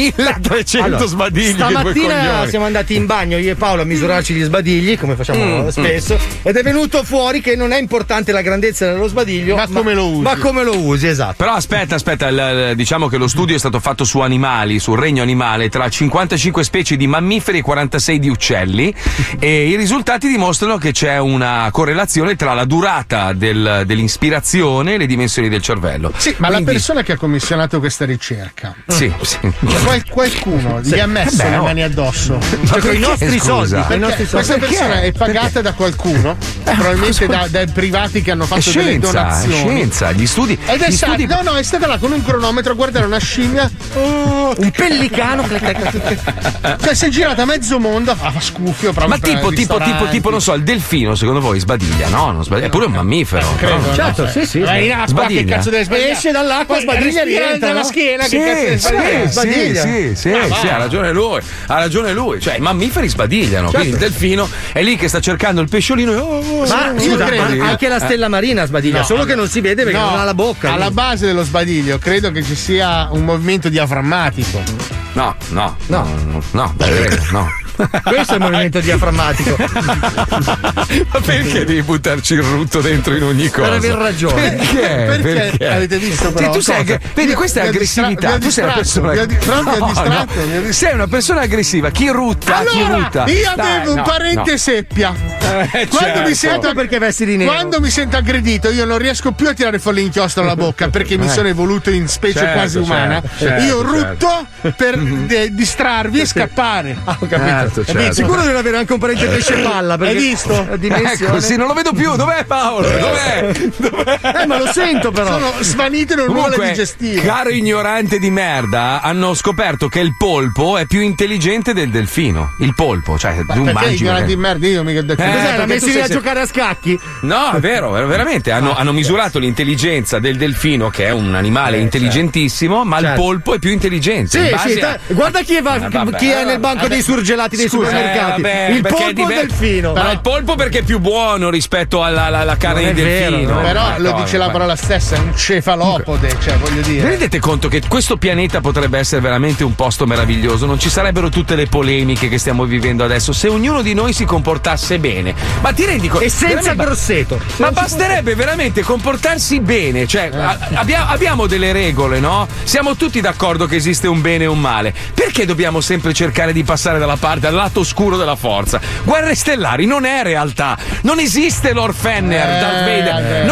1300 sbadigli. Stamattina siamo andati in bagno io e Paolo a misurarci gli sbadigli, come facciamo spesso, ed è venuto fuori che non è importante la grandezza dello sbadiglio, ma come lo usi. Ma come lo usi, esatto. Però aspetta, diciamo che lo studio è stato fatto su animali, sul regno animale, tra 55 specie di mammiferi e 46 di uccelli, e i risultati dimostrano che c'è una correlazione tra la durata dell'ispirazione e le dimensioni del cervello. Sì, ma la persona che ha commissionato questa ricerca, sì. Qualcuno gli ha messo le mani addosso, cioè, con i nostri soldi. Questa persona è pagata da qualcuno, probabilmente dai privati che hanno fatto delle donazioni. Scienza, gli studi. Ed è stata là con un cronometro a guardare una scimmia, un pellicano. Cioè si è girata mezzo mondo, scuffio proprio. Ma tipo, non so, il delfino secondo voi sbadiglia? No, non sbadiglia, è pure un mammifero. Credo, certo, sì. Vai in acqua, che cazzo deve sbagliare? Esce dall'acqua, sbadiglia. sbadiglia rientra nella schiena, Sì, che cazzo sì, sbadiglia? sì, ha ragione lui. Cioè, i mammiferi sbadigliano. Certo. Quindi il delfino è lì che sta cercando il pesciolino. Ma scusa, anche la stella marina sbadiglia, solo che non si vede perché non ha la bocca. Alla base dello sbadiglio credo che ci sia un movimento diaframmatico. No. Questo è il movimento diaframmatico. Ma perché devi buttarci il rutto dentro in ogni cosa? Per aver ragione. Perché? Avete visto però? Tu sei vedi, questa è aggressività. Tu sei una persona. Sei una persona aggressiva. Chi rutta? Io avevo un parente seppia. Quando mi sento perché vesti di nero? Quando mi sento aggredito, io non riesco più a tirare fuori l'inchiostro dalla bocca perché mi sono evoluto in specie quasi umana. Io rutto per distrarvi e scappare. Ho capito. Sicuro deve avere anche un parente pesce palla. Hai visto? Ecco, sì, non lo vedo più. Dov'è Paolo? Dov'è? Ma lo sento però. Sono svanito in un ruolo digestivo. Caro ignorante di merda, hanno scoperto che il polpo è più intelligente del delfino. Il polpo, cioè tu mangi. Ignorante di merda, io mica ho detto. Cos'è? L'ha messo lì a giocare a scacchi? No, è vero, veramente. Hanno misurato l'intelligenza del delfino, che è un animale intelligentissimo, ma il polpo è più intelligente. Sì, guarda chi è nel banco dei surgelati dei supermercati. Il polpo o il delfino? Ma il polpo perché è più buono rispetto alla carne di delfino. Però lo dice la parola stessa, è un cefalopode, cioè voglio dire. Vi rendete conto che questo pianeta potrebbe essere veramente un posto meraviglioso? Non ci sarebbero tutte le polemiche che stiamo vivendo adesso se ognuno di noi si comportasse bene. Ma ti rendi conto? E senza grosseto. Ma basterebbe veramente comportarsi bene. Cioè, abbiamo delle regole, no? Siamo tutti d'accordo che esiste un bene e un male. Perché dobbiamo sempre cercare di passare dal lato oscuro della forza? Guerre stellari non è realtà. Non esiste Lord Fenner, Darth Vader.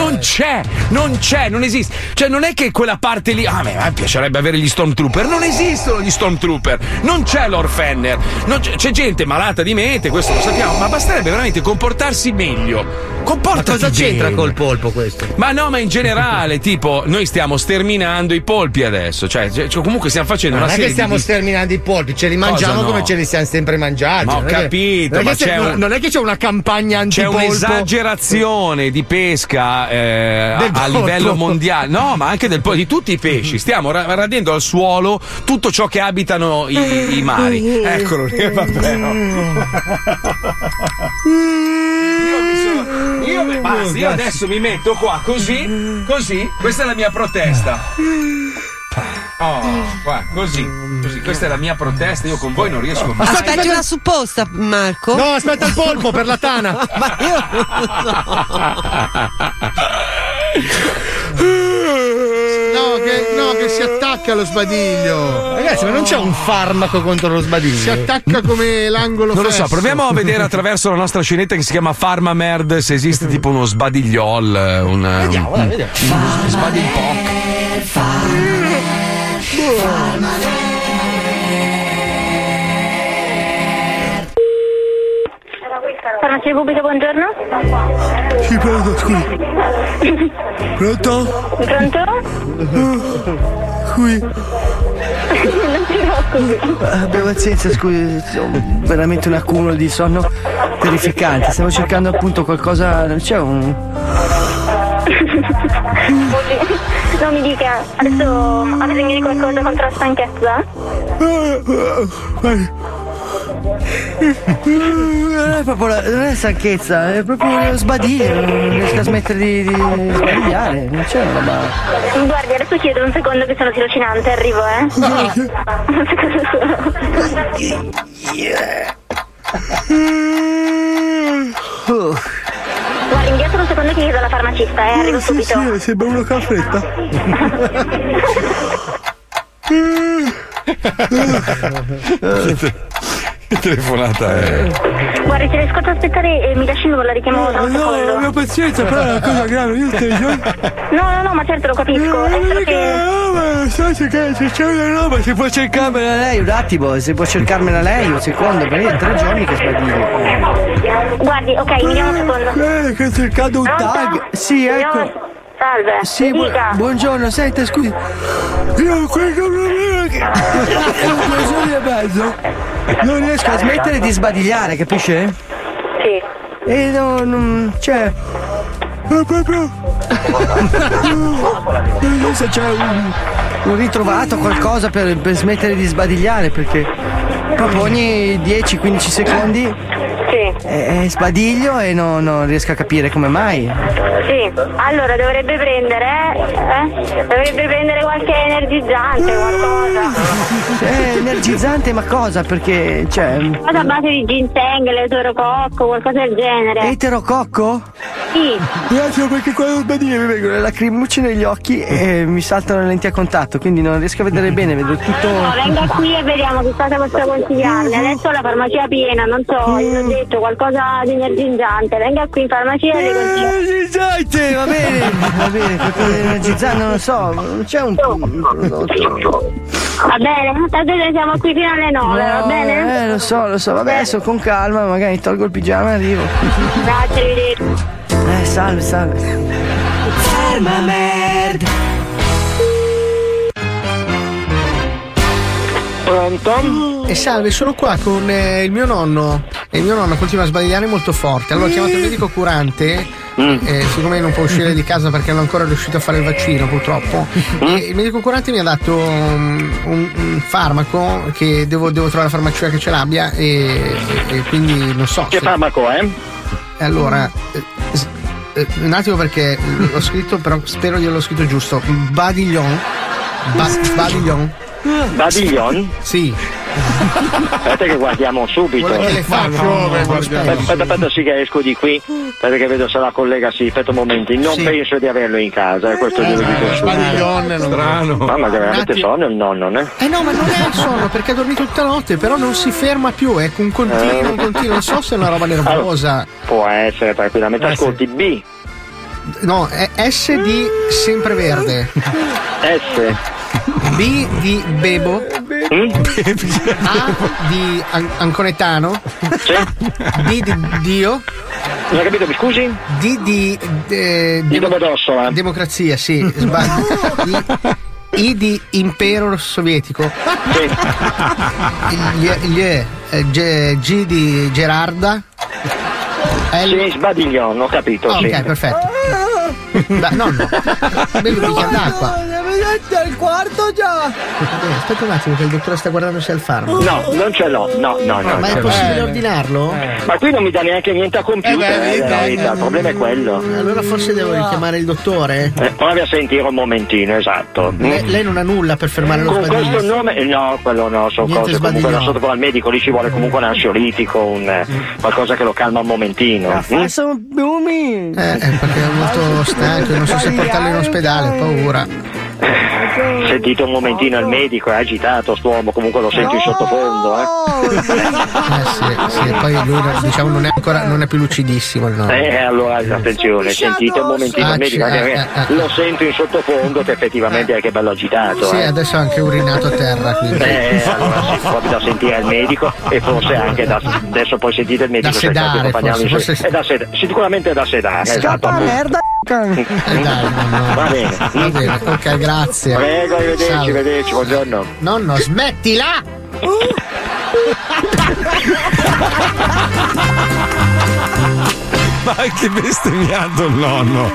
Non esiste. Cioè, non è che quella parte lì. A me piacerebbe avere gli Stormtrooper. Non esistono gli Stormtrooper. Non c'è Lord Fenner. C'è gente malata di mente, questo lo sappiamo. Ma basterebbe veramente comportarsi meglio. Comportati ma cosa bene. c'entra col polpo questo? Ma in generale, tipo, noi stiamo sterminando i polpi adesso. Cioè comunque stiamo facendo una serie non è che stiamo sterminando i polpi, ce li mangiamo come ce li siamo sempre mangiati. Ma ho capito, non è che c'è una campagna antipolpo. C'è un'esagerazione di pesca a livello mondiale. No, ma anche di tutti i pesci. Stiamo radendo al suolo tutto ciò che abitano i mari. Eccolo lì, vabbè. Io adesso mi metto qua così, questa è la mia protesta. Qua, così, questa è la mia protesta, io con voi non riesco mai. Aspetti una supposta, Marco? No, aspetta il polpo per la tana. Ma io No, che si attacca allo sbadiglio. Ragazzi, ma non c'è un farmaco contro lo sbadiglio? Si attacca come l'angolo non lo fesso. so, proviamo a vedere attraverso la nostra scenetta che si chiama Farmamerd se esiste tipo uno sbadigliol, vediamo. sbadiglpoc. Farmacia Repubblica, buongiorno. Sì, pronto, scusi. Pronto? Qui. Non ti preoccupi. Abbia pazienza, scusi, ho veramente un accumulo di sonno terrificante. Stavo cercando appunto qualcosa. Non c'è un. No, mi dica, adesso ha bisogno di qualcosa contro la stanchezza? Non è stanchezza, è proprio lo sbadiglio, non riesco a smettere di sbagliare, non c'è una roba. Guardi, adesso chiedo un secondo che sono tirocinante, arrivo, Un secondo solo. Guardi, indietro un secondo che chiedo alla farmacista, arrivo subito. Sì, sembra uno che ha fretta. Che telefonata è? Guardi, se riesco ad aspettare mi lasci il numero, la richiamo tra un secondo. No, mia pazienza, però è una cosa grave, io te No, ma certo lo capisco, è solo che... se c'è una roba, si può cercarmela lei un attimo, se può cercarmela lei un secondo, perché è 3 giorni che sbadiglio. Guardi, ok, mi diamo un secondo. Che sto cercando un tag. Sì, ecco. Salve. Sì, buongiorno, senta, scusi. Io ho questo problema che. 2 giorni e mezzo. Non riesco a smettere di sbadigliare, capisce? Sì. E non. Cioè. È proprio. Non so, c'è ho ritrovato qualcosa per smettere di sbadigliare, perché proprio ogni 10-15 secondi sbadiglio e non riesco a capire come mai. Sì, allora dovrebbe prendere qualche energizzante, qualcosa. Energizzante, ma cosa? Perché cosa a base di ginseng, l'eterococco, qualcosa del genere. Eterococco? Sì. Grazie, perché quando sbadiglio mi vengono le lacrimucce negli occhi e mi saltano le lenti a contatto, quindi non riesco a vedere bene, vedo tutto. No, venga qui e vediamo che cosa posso consigliarle. Adesso la farmacia piena, non so, io ho detto qualcosa di energizzante. Venga qui in farmacia e le consiglio. Energizzante, va bene, qualcosa di energizzante, non lo so, non c'è un prodotto. Va bene, tanto noi siamo qui fino alle 9, va bene? Lo so, vabbè, adesso con calma, magari tolgo il pigiama e arrivo. Grazie, arrivederci. Salve. Ferma merda. Pronto? Salve, sono qua con il mio nonno. E il mio nonno continua a sbadigliare molto forte. Allora ho chiamato il medico curante. Siccome non può uscire di casa perché non è ancora riuscito a fare il vaccino, purtroppo. E il medico curante mi ha dato un farmaco che devo trovare la farmacia che ce l'abbia e quindi non so. Che farmaco è? Allora, un attimo perché l'ho scritto, però spero di averlo scritto giusto. Badiglion. Badiglion? Sì. Aspetta che guardiamo subito. Che le faccio? Aspetta sì che esco di qui. Aspetta che vedo se la collega aspetta un momento. Non penso di averlo in casa, questo glielo dico subito. Strano. Ma veramente sonno il nonno, né? No, ma non è il sonno perché ha dormito tutta notte, però non si ferma più, è un continuo. Non so se è una roba nervosa. Allora, può essere tranquillamente. Ascolti, B. No, è S di sempreverde. S. B di Bebo. A di Anconetano. Sì. D di Dio. Non ho capito, mi scusi? D di Domodossola. Democrazia, sì, sbaglio. I di Impero Sovietico. Sì. G di Gerarda. Sì, sbadiglione, ho capito. Ok, sì. Perfetto. Nonno, bevi un bicchiere d'acqua. Al quarto già. Aspetta un attimo che il dottore sta guardando se è il farmaco. No, non ce l'ho. No. Ma è possibile ordinarlo? Ma qui non mi dà neanche niente a computer, il problema è quello. Allora forse devo richiamare il dottore? Provi a sentire un momentino, esatto. Lei non ha nulla per fermare lo sbadiglio? Con questo nome? No, quello no, sono niente cose comunque da sotto al medico, lì ci vuole comunque un ansiolitico, qualcosa che lo calma un momentino. Sono bumi. Perché è molto stanco, non so se portarlo in ospedale, ho paura. Sentite un momentino il medico, è agitato st'uomo, comunque lo sento in sottofondo, sì, poi lui diciamo non è più lucidissimo, no? Allora attenzione, sentite un momentino il medico, lo sento in sottofondo che effettivamente è che bello agitato. Sì, adesso ha anche urinato a terra, quindi. Allora sì, proprio da sentire il medico e forse anche adesso poi sentite il medico da sedare, forse. Sicuramente è da sedare. Scappa la merda. Va bene, ok, grazie. Prego, arrivederci, buongiorno. Nonno, smettila! Ma anche bestemmiato il nonno.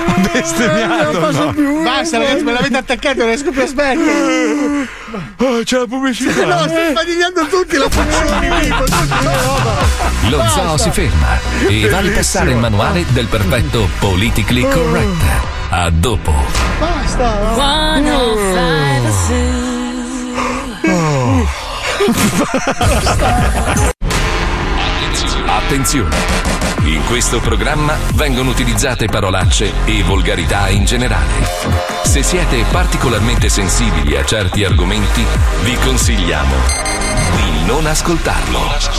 Basta ragazzi, me l'avete attaccato, non riesco più a smettere. C'è la pubblicità. No, sto sbadigliando tutti, la funzione. Lo zoo si ferma e va a ripassare il manuale del perfetto politically correct. A dopo. Basta. Attenzione! In questo programma vengono utilizzate parolacce e volgarità in generale. Se siete particolarmente sensibili a certi argomenti, vi consigliamo di non ascoltarlo.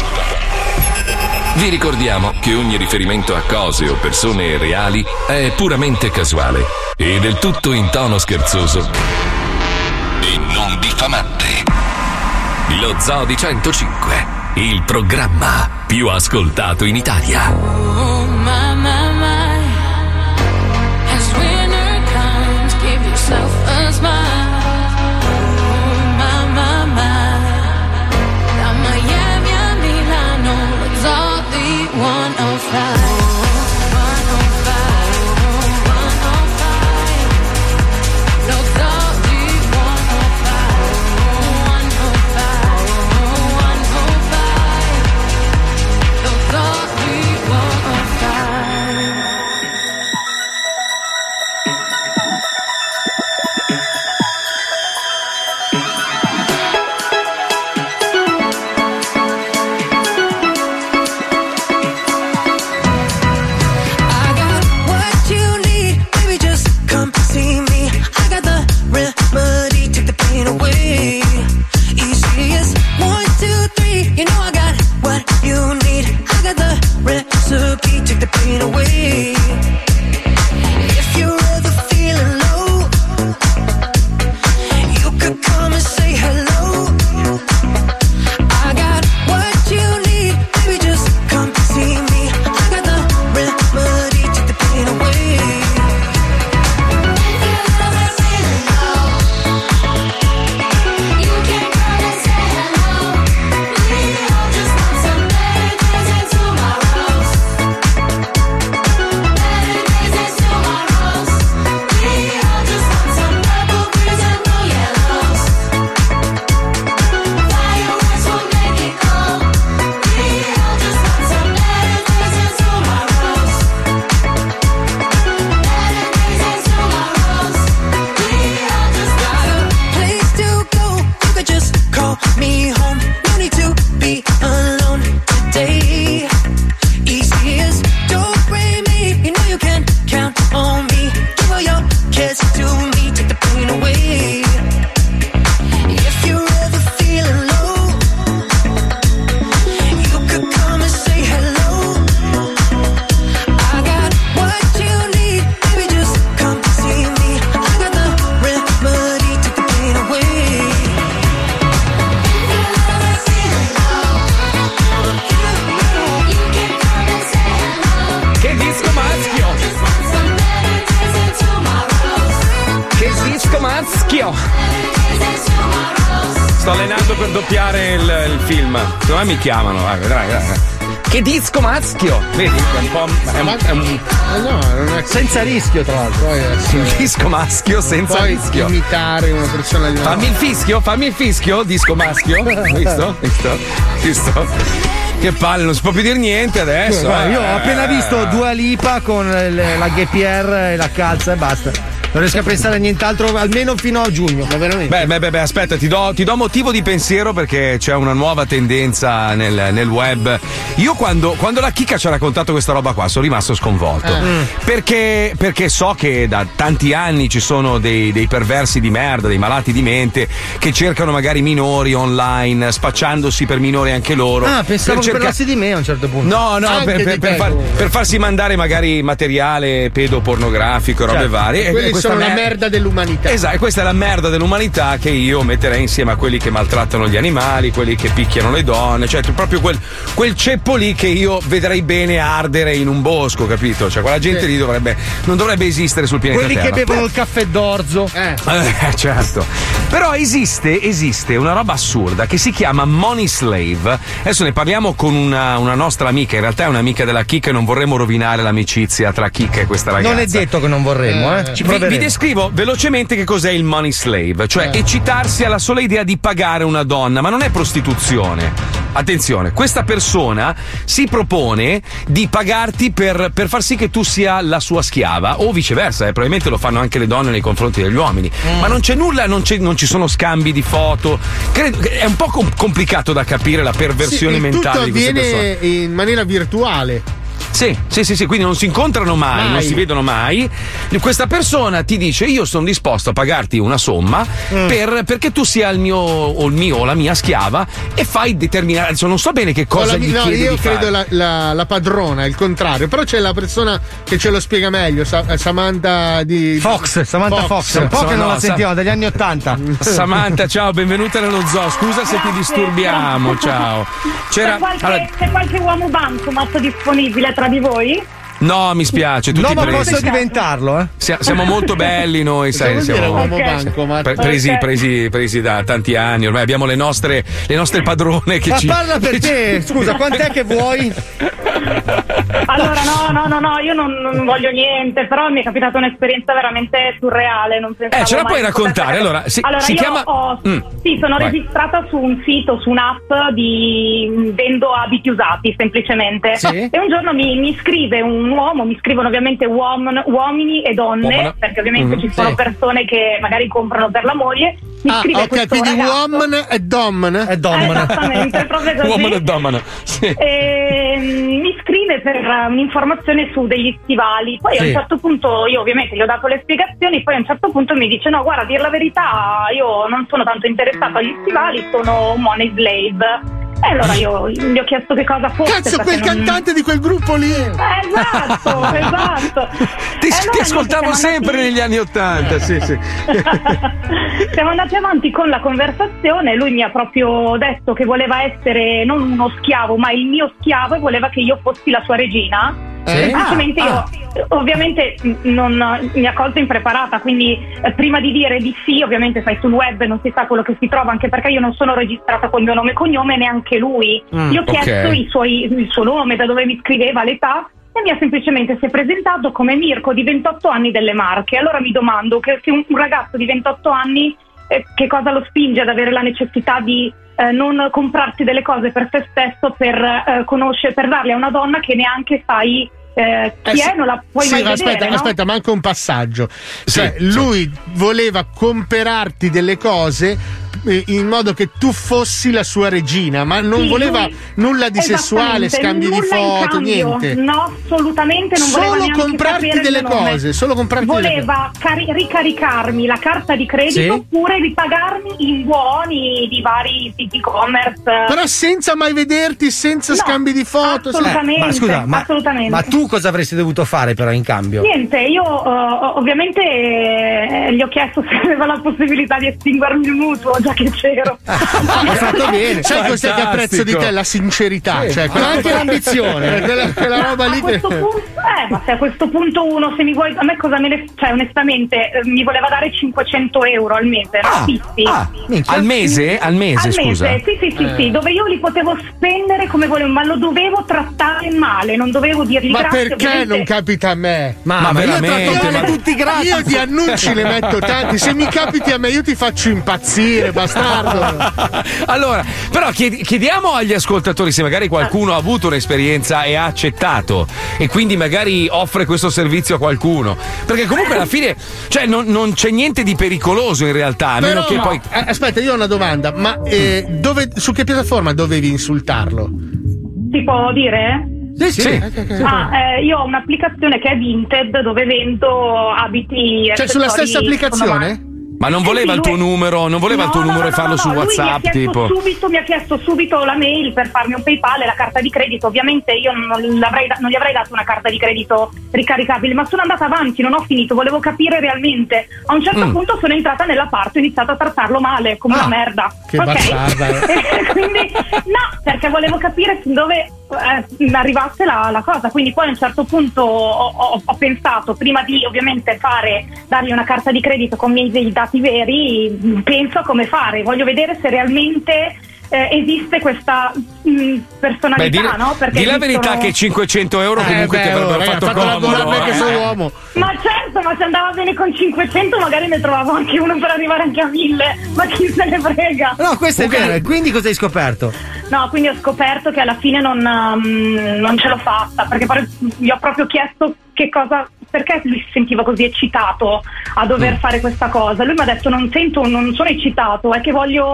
Vi ricordiamo che ogni riferimento a cose o persone reali è puramente casuale e del tutto in tono scherzoso e non diffamante. Lo Zoo di 105, il programma più ascoltato in Italia. Oh, my, my, my. As winter comes, give yourself a smile. Oh, my, my, my. Da Miami a Milano, it's all the 105. sto allenando per doppiare il film. Secondo me mi chiamano, vedrai. Che disco maschio! Vedi? È un po'. Senza rischio, tra l'altro. Un disco maschio senza poi rischio. imitare una persona di una. Fammi il fischio, disco maschio. Visto? Che palle, non si può più dire niente adesso. Io ho appena visto Dua Lipa con la GPR e la calza e basta. Non riesco a pensare a nient'altro almeno fino a giugno, ma veramente. Beh, aspetta, ti do motivo di pensiero perché c'è una nuova tendenza nel web. Io quando la Chicca ci ha raccontato questa roba qua sono rimasto sconvolto. Perché so che da tanti anni ci sono dei perversi di merda, dei malati di mente che cercano magari minori online, spacciandosi per minori anche loro. Pensavo che parlassi di me a un certo punto. No, per farsi mandare magari materiale pedopornografico e robe varie. Quelli sono la merda dell'umanità. Esatto, e questa è la merda dell'umanità che io metterei insieme a quelli che maltrattano gli animali, quelli che picchiano le donne, cioè proprio quel ceppo lì che io vedrei bene ardere in un bosco, capito? Cioè quella gente lì non dovrebbe esistere sul pianeta quelli Terra. Che bevono il caffè d'orzo. Certo. Però esiste una roba assurda che si chiama Money Slave. Adesso ne parliamo con una nostra amica, in realtà è un'amica della Chicca e non vorremmo rovinare l'amicizia tra Chicca e questa ragazza. Non è detto che non vorremmo, Ci proveremo. Vi descrivo velocemente che cos'è il money slave, cioè eccitarsi alla sola idea di pagare una donna, ma non è prostituzione. Attenzione, questa persona si propone di pagarti per far sì che tu sia la sua schiava o viceversa, probabilmente lo fanno anche le donne nei confronti degli uomini, ma non c'è nulla, non ci sono scambi di foto. È un po' complicato da capire la perversione mentale di queste persone. Tutto avviene in maniera virtuale. Sì, quindi non si incontrano mai, non si vedono mai. Questa persona ti dice: io sono disposto a pagarti una somma perché tu sia il mio o la mia schiava e fai determinare. Adesso non so bene che cosa gli chiede io di fare. credo la padrona, il contrario. Però c'è la persona che ce lo spiega meglio, Samantha Fox. Un po' che non la sentiamo dagli anni '80. Samantha, ciao, benvenuta nello zoo. Scusa se ti disturbiamo, ciao. C'è qualche uomo bancomat disponibile tra di voi? No, mi spiace. No, ma posso diventarlo, Siamo molto belli noi, sai. Siamo presi da tanti anni. Ormai abbiamo le nostre padrone che ma parla per te. Scusa, quant'è che vuoi? Allora, no, io non voglio niente, però mi è capitata un'esperienza veramente surreale. Non pensavo ce la mai puoi raccontare? Allora, si io chiama. Sono registrata su un sito, su un'app vendo abiti usati semplicemente. E un giorno mi scrive un uomo, mi scrivono ovviamente uomini e donne, perché ovviamente ci sono persone che magari comprano per la moglie. Mi scrive questo quindi ragazzo, woman e dom. Esattamente, proprio così. Woman e domana. Mi scrive per un'informazione su degli stivali. Poi a un certo punto io ovviamente gli ho dato le spiegazioni. Poi a un certo punto mi dice: no, guarda, a dir la verità, io non sono tanto interessato agli stivali, sono un money slave. E allora io gli ho chiesto che cosa fosse. Cazzo, quel cantante di quel gruppo lì. Esatto. Ti ascoltavo sempre negli anni '80, sì. Siamo andati avanti con la conversazione. Lui mi ha proprio detto che voleva essere non uno schiavo, ma il mio schiavo, e voleva che io fossi la sua regina. Semplicemente io ovviamente non mi ha colto impreparata, quindi prima di dire di sì, ovviamente sai, sul web non si sa quello che si trova, anche perché io non sono registrata con il mio nome e cognome, neanche lui. Io ho chiesto il suo nome, da dove mi scriveva, l'età, e mi ha semplicemente si è presentato come Mirko di 28 anni delle Marche. Allora mi domando che un ragazzo di 28 anni che cosa lo spinge ad avere la necessità di non comprarsi delle cose per se stesso, per darle a una donna che neanche sai chi è, non la puoi mai vedere. Aspetta, manca un passaggio. Lui voleva comprarti delle cose in modo che tu fossi la sua regina, ma non voleva nulla di sessuale, scambi di foto, niente. No, assolutamente non voleva neanche comprarti delle cose, solo comprarti voleva ricaricarmi la carta di credito oppure ripagarmi in buoni di vari siti e-commerce. Però senza mai vederti, senza scambi di foto. Assolutamente, ma scusa, assolutamente. Ma tu cosa avresti dovuto fare però in cambio? Niente, io ovviamente gli ho chiesto se aveva la possibilità di estinguermi il mutuo, già che c'ero. Hai fatto bene. Sai cos'è che apprezzo di te? La sincerità, cioè anche l'ambizione. quella roba lì. A questo punto, ma se a questo punto uno, se mi vuoi, a me cosa me ne, cioè onestamente mi voleva dare 500 euro al mese, al mese? Al mese, scusa. Sì, dove io li potevo spendere come volevo, ma lo dovevo trattare male, non dovevo dirgli ma grazie. Perché ovviamente. non capita a me? Ma veramente, io tratto tutti gratis. Io di annunci ne metto tanti, se mi capiti a me io ti faccio impazzire, bastardo. Allora, però chiediamo agli ascoltatori se magari qualcuno ha avuto un'esperienza e ha accettato e quindi magari offre questo servizio a qualcuno, perché comunque alla fine, cioè, non c'è niente di pericoloso in realtà, a meno che poi aspetta, io ho una domanda, ma su che piattaforma dovevi insultarlo? Ti può dire? Sì. Io ho un'applicazione che è Vinted dove vendo abiti. Cioè sulla stessa applicazione? Ma non voleva il tuo numero, e farlo su WhatsApp, tipo. Mi ha chiesto subito la mail per farmi un PayPal e la carta di credito. Ovviamente io non gli avrei dato una carta di credito ricaricabile, ma sono andata avanti, non ho finito, volevo capire realmente. A un certo punto sono entrata nella parte e ho iniziato a trattarlo male, come una merda. Che bastarda. Quindi no, perché volevo capire fin dove arrivasse la cosa. Quindi poi a un certo punto ho pensato, prima di ovviamente dargli una carta di credito con i miei dati veri, penso a come fare, voglio vedere se realmente esiste questa personalità. No? Perché di la verità che 500 euro comunque ti avrebbero fatto comodo, che sono uomo. Ma certo, ma se andava bene con 500 magari ne trovavo anche uno per arrivare anche a 1000, ma chi se ne frega. No, questo è vero. Quindi cosa hai scoperto? No, quindi ho scoperto che alla fine non ce l'ho fatta, perché poi gli ho proprio chiesto perché lui si sentiva così eccitato a dover fare questa cosa. Lui mi ha detto non sono eccitato, è che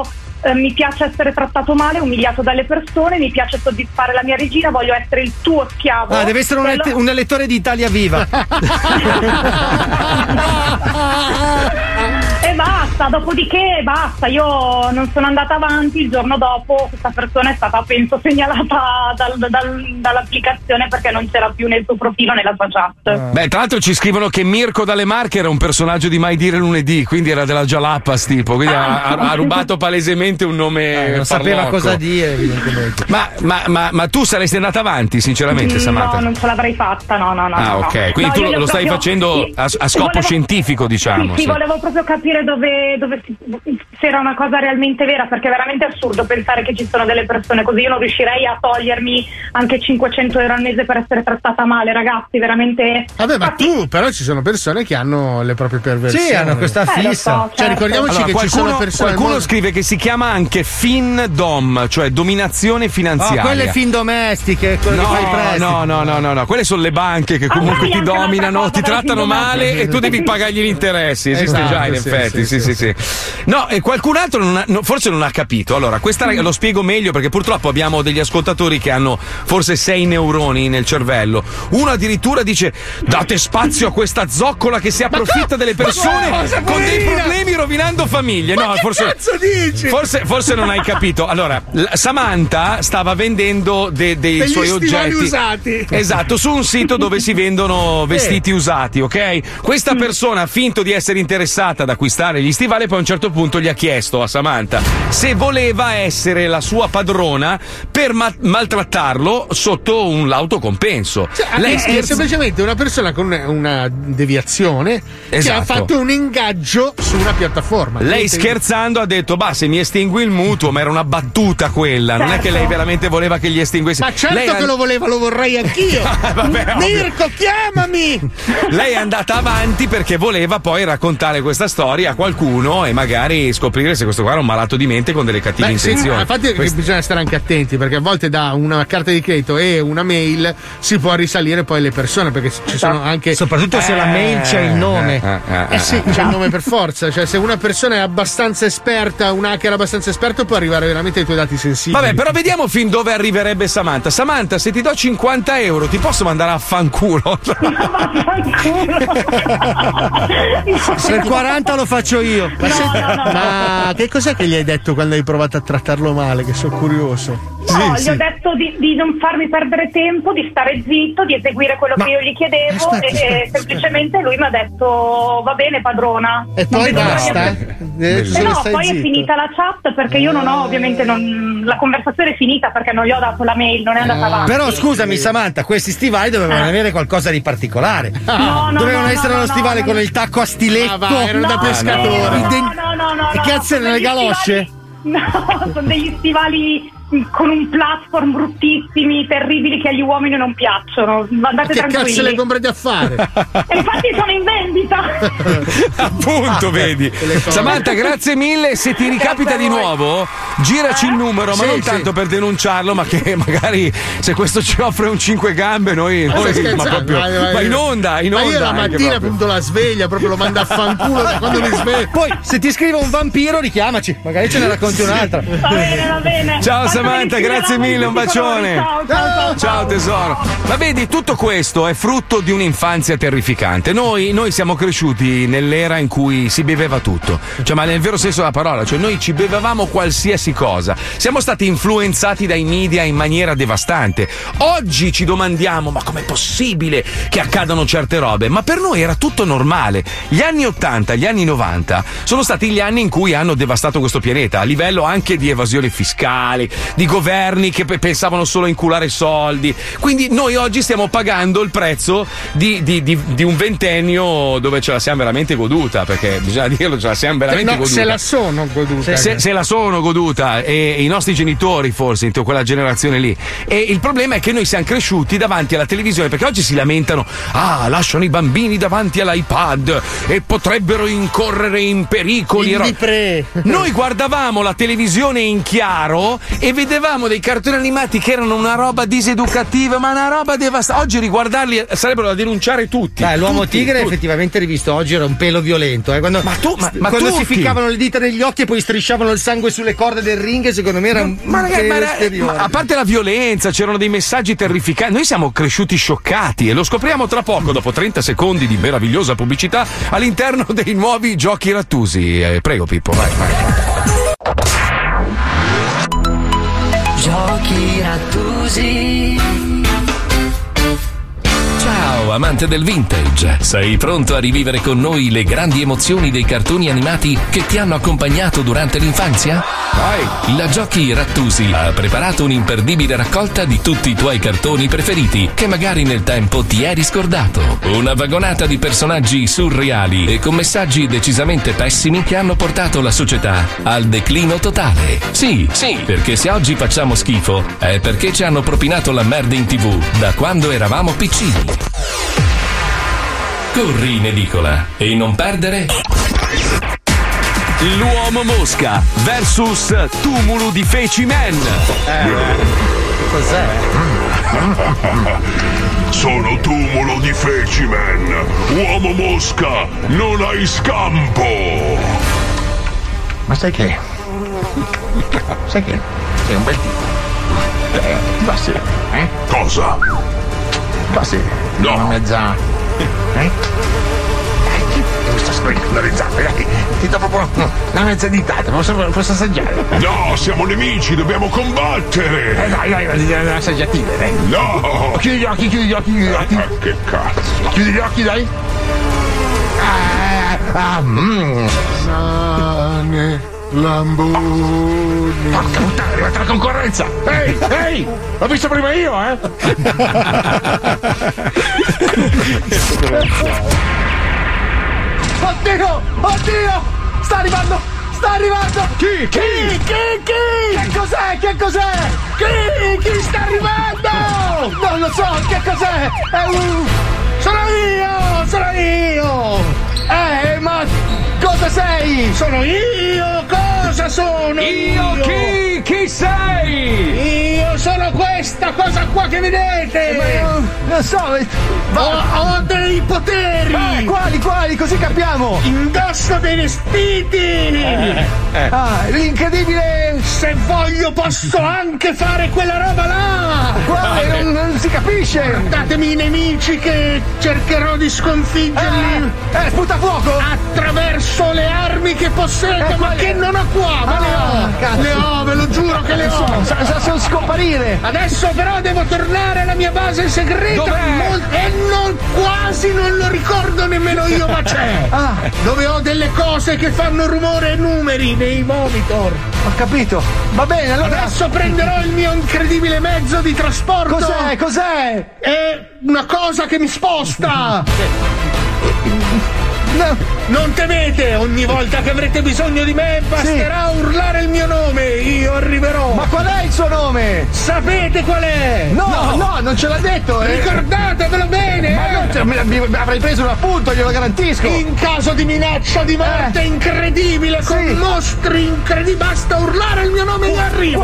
mi piace essere trattato male, umiliato dalle persone, mi piace soddisfare la mia regina, voglio essere il tuo schiavo. Deve essere un elettore di Italia Viva. E basta, dopodiché basta, io non sono andata avanti. Il giorno dopo questa persona è stata, penso, segnalata dall'applicazione perché non c'era più nel suo profilo né la sua chat. Beh, tra l'altro ci scrivono che Mirko dalle Marche era un personaggio di Mai Dire Lunedì, quindi era della Jalapas tipo, quindi ha rubato palesemente un nome non sapeva cosa dire, evidentemente. Ma tu saresti andata avanti, sinceramente, Samantha? No, non ce l'avrei fatta, no. Ok, quindi tu lo stai facendo a scopo scientifico, diciamo. Sì, volevo proprio capire se era una cosa realmente vera, perché è veramente assurdo pensare che ci sono delle persone così. Io non riuscirei a togliermi anche 500 euro al mese per essere trattata male, ragazzi, veramente. Vabbè, ma tu però ci sono persone che hanno le proprie perversioni. Sì, hanno questa fissa. Cioè, ricordiamoci che ci sono persone. Qualcuno scrive che si chiama anche FinDom, cioè dominazione finanziaria. Quelle fin domestiche, quelle che fai presto. No, quelle sono le banche che comunque ti dominano, ti trattano male e tu devi pagargli gli interessi. Esiste già, in effetti. Sì. No, e qualcun altro forse non ha capito. Allora, questa lo spiego meglio perché purtroppo abbiamo degli ascoltatori che hanno forse 6 neuroni nel cervello. Uno addirittura dice: date spazio a questa zoccola che si approfitta delle persone con dei problemi rovinando famiglie. Ma che cazzo dici? Forse non hai capito. Allora, Samantha stava vendendo dei suoi oggetti usati. Esatto, su un sito dove si vendono vestiti usati, ok? Questa persona ha finto di essere interessata ad acquistare gli stivali, poi a un certo punto gli ha chiesto a Samantha se voleva essere la sua padrona per maltrattarlo sotto un lauto compenso. Lei è semplicemente una persona con una deviazione che ha fatto un ingaggio su una piattaforma. Lei scherzando ha detto: se mi estingui il mutuo, ma era una battuta quella, non è che lei veramente voleva che gli estinguesse. Ma certo che lo voleva, lo vorrei anch'io. Mirko, chiamami! Lei è andata avanti perché voleva poi raccontare questa storia a qualcuno e magari scoprire se questo qua era un malato di mente con delle cattive intenzioni. Infatti bisogna stare anche attenti, perché a volte da una carta di credito e una mail si può risalire poi le persone, perché ci sono anche, soprattutto se la mail c'è il nome. Sì, c'è il nome per forza. Cioè, se una persona è abbastanza esperta, un hacker abbastanza esperto, può arrivare veramente ai tuoi dati sensibili. Vabbè, però vediamo fin dove arriverebbe Samantha. Samantha, se ti do 50 euro ti posso mandare a fanculo? Se il 40 lo faccio io. Ma che cos'è che gli hai detto quando hai provato a trattarlo male? Che sono curioso. No, gli ho detto di non farmi perdere tempo, di stare zitto, di eseguire quello che io gli chiedevo e semplicemente lui mi ha detto va bene padrona. E poi basta? No, poi è finita la chat perché io non ho ovviamente la conversazione è finita perché non gli ho dato la mail, non è andata avanti. Però scusami Samantha, questi stivali dovevano avere qualcosa di particolare. Dovevano essere uno stivale con il tacco a stiletto. Erano da pescatore. No. Che cazzo erano le galosce? No, sono degli stivali con un platform bruttissimi, terribili, che agli uomini non piacciono. Andate tranquilli. Che cazzo le comprate a fare? E infatti sono in vendita. Appunto, vedi. Samantha, grazie mille. Se ti ricapita di nuovo, giraci il numero, ma non tanto per denunciarlo, ma che magari se questo ci offre un 5 gambe, noi ma proprio. Ma in onda. Ma io la mattina appunto la sveglia, proprio lo mando a fanculo da quando mi sveglio. Poi, se ti scrive un vampiro, richiamaci, magari ce ne racconti un'altra. Va bene. Ciao Samantha, grazie mille, un bacione. Ciao tesoro. Ma vedi, tutto questo è frutto di un'infanzia terrificante. Noi siamo cresciuti nell'era in cui si beveva tutto, cioè, ma nel vero senso della parola, cioè noi ci bevevamo qualsiasi cosa. Siamo stati influenzati dai media in maniera devastante. Oggi ci domandiamo ma com'è possibile che accadano certe robe? Ma per noi era tutto normale. Gli anni 80, gli anni 90 sono stati gli anni in cui hanno devastato questo pianeta a livello anche di evasione fiscale, di governi che pensavano solo a inculare soldi. Quindi noi oggi stiamo pagando il prezzo di un ventennio dove ce la siamo veramente goduta, perché bisogna dirlo, ce la siamo veramente goduta. Se la sono goduta. Se la sono goduta, e i nostri genitori forse, in quella generazione lì. E il problema è che noi siamo cresciuti davanti alla televisione, perché oggi si lamentano, lasciano i bambini davanti all'iPad e potrebbero incorrere in pericoli. Noi guardavamo la televisione in chiaro e vedevamo dei cartoni animati che erano una roba diseducativa, ma una roba devastante. Oggi riguardarli sarebbero da denunciare tutti. L'uomo tigre effettivamente rivisto oggi era un pelo violento. Quando si ficcavano le dita negli occhi e poi strisciavano il sangue sulle corde del ring, secondo me era ma a parte la violenza, c'erano dei messaggi terrificanti. Noi siamo cresciuti scioccati e lo scopriamo tra poco, dopo 30 secondi di meravigliosa pubblicità all'interno dei nuovi Giochi Rattusi. Prego Pippo, vai. Giochi Rattusi. Ciao amante del vintage, sei pronto a rivivere con noi le grandi emozioni dei cartoni animati che ti hanno accompagnato durante l'infanzia? Vai! La Giochi Rattusi ha preparato un'imperdibile raccolta di tutti i tuoi cartoni preferiti che magari nel tempo ti eri scordato. Una vagonata di personaggi surreali e con messaggi decisamente pessimi che hanno portato la società al declino totale. Sì, perché se oggi facciamo schifo è perché ci hanno propinato la merda in TV da quando eravamo piccini. Corri in edicola e non perdere L'uomo mosca versus Tumulo di Feci Man. Cos'è? Sono Tumulo di Feci Man. Uomo mosca, non hai scampo. Ma sai che? Sei un bel tipo. Passi, Cosa? Passi. No. Una mezza. Mi sta spericolarizzando, ti do proprio una mezza ditata, posso assaggiare? No, siamo nemici, dobbiamo combattere. Dai, assaggiative, dai. No. Chiudi gli occhi. Che cazzo. Chiudi gli occhi, dai. Sane, lamboni. Porca puttana, è arrivata la concorrenza. Ehi, l'ho visto prima io, Oddio! Sta arrivando! Chi? Che cos'è? Chi sta arrivando? Non lo so, che cos'è? Sono io! Ma cosa sei? Sono io! Cosa sono? Io chi? Chi sei? Io sono questa cosa qua che vedete! Ma io non so. Ho dei poteri! Quali? Così capiamo! Indosso dei vestiti! L'incredibile! Se voglio posso anche fare quella roba là! Quale? Non si capisce! Datemi i nemici che cercherò di sconfiggerli! Sputa fuoco! Attraverso le armi che possiedo, ma che non ho qua! Ma le ho! Ve lo giuro che le ho! faccio scomparire. Adesso però devo tornare alla mia base segreta. E quasi non lo ricordo nemmeno io, ma c'è. Dove ho delle cose che fanno rumore e numeri nei monitor. Ho capito. Va bene, allora. Adesso prenderò il mio incredibile mezzo di trasporto. Cos'è? È una cosa che mi sposta. No. Non temete, ogni volta che avrete bisogno di me basterà urlare il mio nome, io arriverò. Ma qual è il suo nome? Sapete qual è? No, non ce l'ha detto. Ricordatevelo bene. Ma avrei preso un appunto, glielo garantisco. In caso di minaccia di morte incredibile con mostri incredibili, basta urlare il mio nome e io arrivo.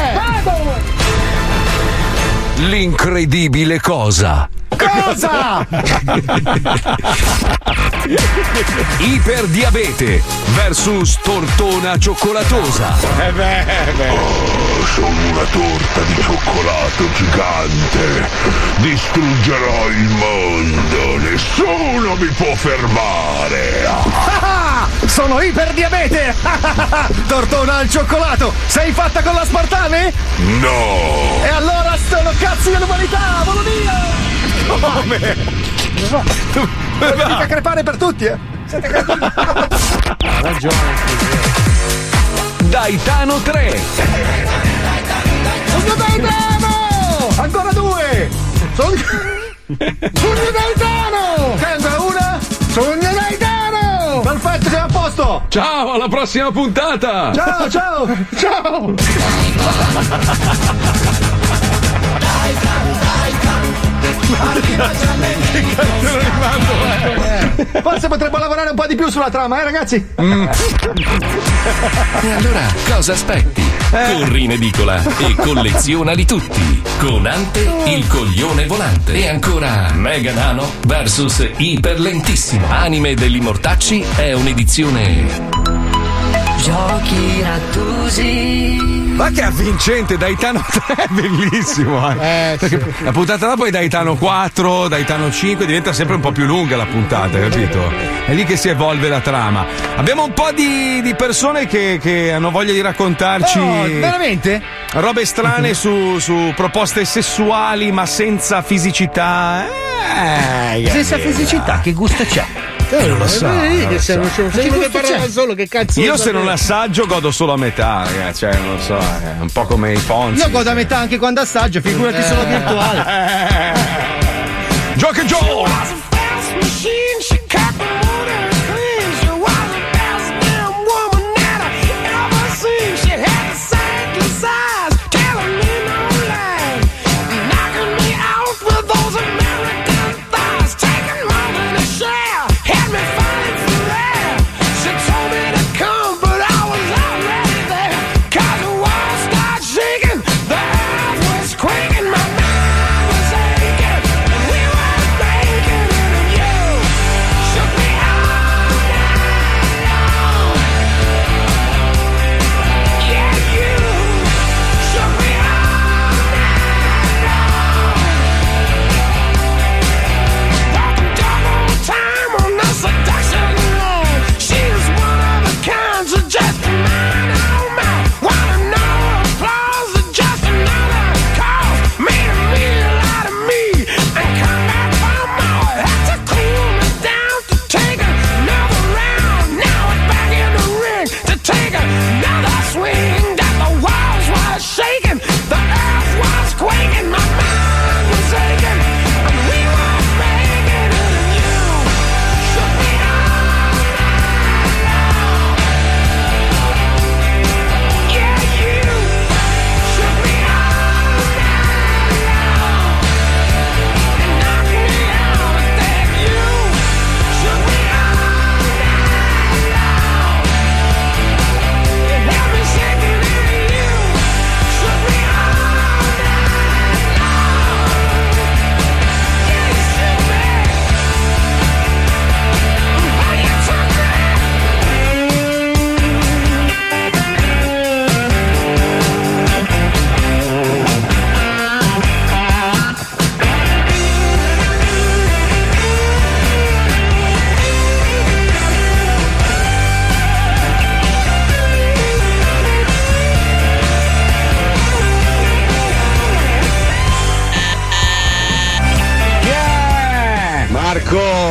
L'incredibile cosa? Cosa? Iperdiabete versus tortona cioccolatosa. Sono una torta di cioccolato gigante. Distruggerò il mondo. Nessuno mi può fermare. Sono iperdiabete. Tortona al cioccolato. Sei fatta con l'aspartame? No. E allora sono cazzi dell'umanità. Volo via. Come? Voglio mica crepare per tutti, Siete creativi. Ha ragione. Daitano 3. Sogno Daitano! Ancora 2. Sogno Daitano! Che ancora una? Sogno Daitano! Perfetto, siamo a posto. Ciao, alla prossima puntata. Ciao. Forse potremmo lavorare un po' di più sulla trama, ragazzi? E allora cosa aspetti? Corri in edicola e collezionali tutti. Con Ante, il coglione volante. E ancora Mega Nano vs Iperlentissimo. Anime degli Mortacci è un'edizione Giochi rattusi. Ma che avvincente, Daitano 3 è bellissimo. Perché la puntata dopo è Daitano 4, Daitano 5, diventa sempre un po' più lunga la puntata, capito? È lì che si evolve la trama. Abbiamo un po' di persone che hanno voglia di raccontarci. Veramente? Robe strane su proposte sessuali, ma senza fisicità. Senza fisicità, che gusto c'è? Non lo so. Se uno che parla da solo, che cazzo. Io se non assaggio godo solo a metà, ragazzi. Cioè, non lo so, è un po' come i Ponzi. Io godo a metà anche quando assaggio, figurati solo virtuale. Gioca Joe!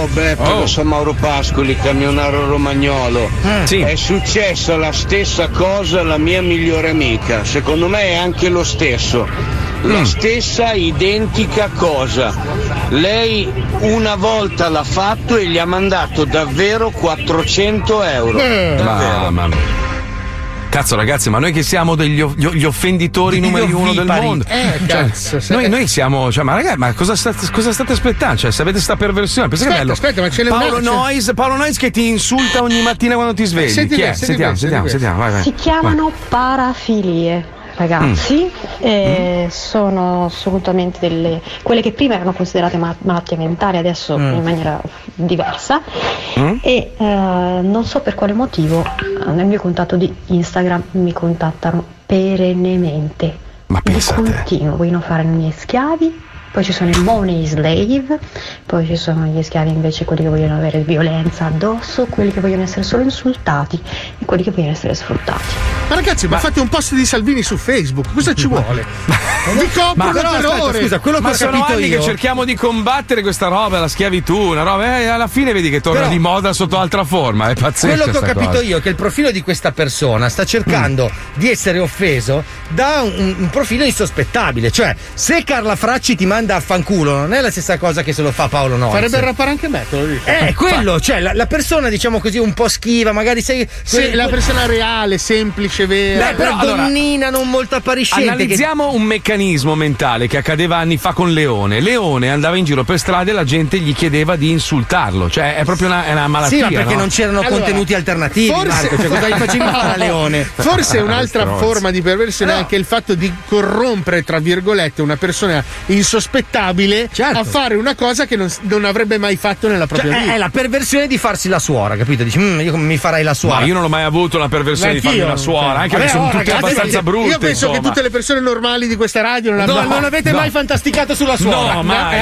Beppe, lo so Mauro Pascoli, camionaro romagnolo. Sì. È successa la stessa cosa alla mia migliore amica. Secondo me è anche lo stesso. La stessa identica cosa. Lei una volta l'ha fatto e gli ha mandato davvero 400 euro. Mamma mia. Cazzo ragazzi, ma noi che siamo gli offenditori numeri uno del mondo, cazzo, noi siamo, cioè, ma ragazzi, ma cosa state aspettando? Cioè, se avete sta perversione, pensa che bello. Aspetta, ma ce n'è Paolo Noyes che ti insulta ogni mattina quando ti svegli. Chi è? Sentiamo, vai. Si chiamano parafilie. Ragazzi, sono assolutamente quelle che prima erano considerate malattie mentali, adesso in maniera diversa e non so per quale motivo nel mio contatto di Instagram mi contattano perennemente. Ma pensate. Di continuo, vogliono fare i miei schiavi. Poi ci sono i money slave, poi ci sono gli schiavi invece quelli che vogliono avere violenza addosso, quelli che vogliono essere solo insultati e quelli che vogliono essere sfruttati. Ma ragazzi, ma fate un post di Salvini su Facebook, cosa ci vuole? Vi coprono per ore. Scusa, quello che ho sono capito anni io che cerchiamo di combattere questa roba, la schiavitù, una roba, e alla fine vedi che torna di moda sotto altra forma, è pazzesco. Quello che ho capito io è che il profilo di questa persona sta cercando di essere offeso da un profilo insospettabile, cioè se Carla Fracci ti manda a fanculo non è la stessa cosa che se lo fa Paolo Noyes. Farebbe rappare anche me, te lo dico. Quello, cioè la persona diciamo così un po' schiva, magari sei la persona reale, semplice, vera. Però donnina non molto appariscente. Analizziamo un meccanismo mentale che accadeva anni fa con Leone. Leone andava in giro per strada e la gente gli chiedeva di insultarlo, cioè è proprio una malattia. Sì, ma perché non c'erano contenuti alternativi, Marco, cioè cosa gli facevi fare a Leone? Forse un'altra forma di perversione è anche il fatto di corrompere, tra virgolette, una persona insospettabile a fare una cosa che non avrebbe mai fatto nella propria vita. È la perversione di farsi la suora, capito? Dici, io mi farei la suora. Ma io non ho mai avuto la perversione di farmi la suora, anche perché sono tutte abbastanza brutte. Io penso che tutte le persone normali di questa radio non avete mai fantasticato sulla suora. No, mai.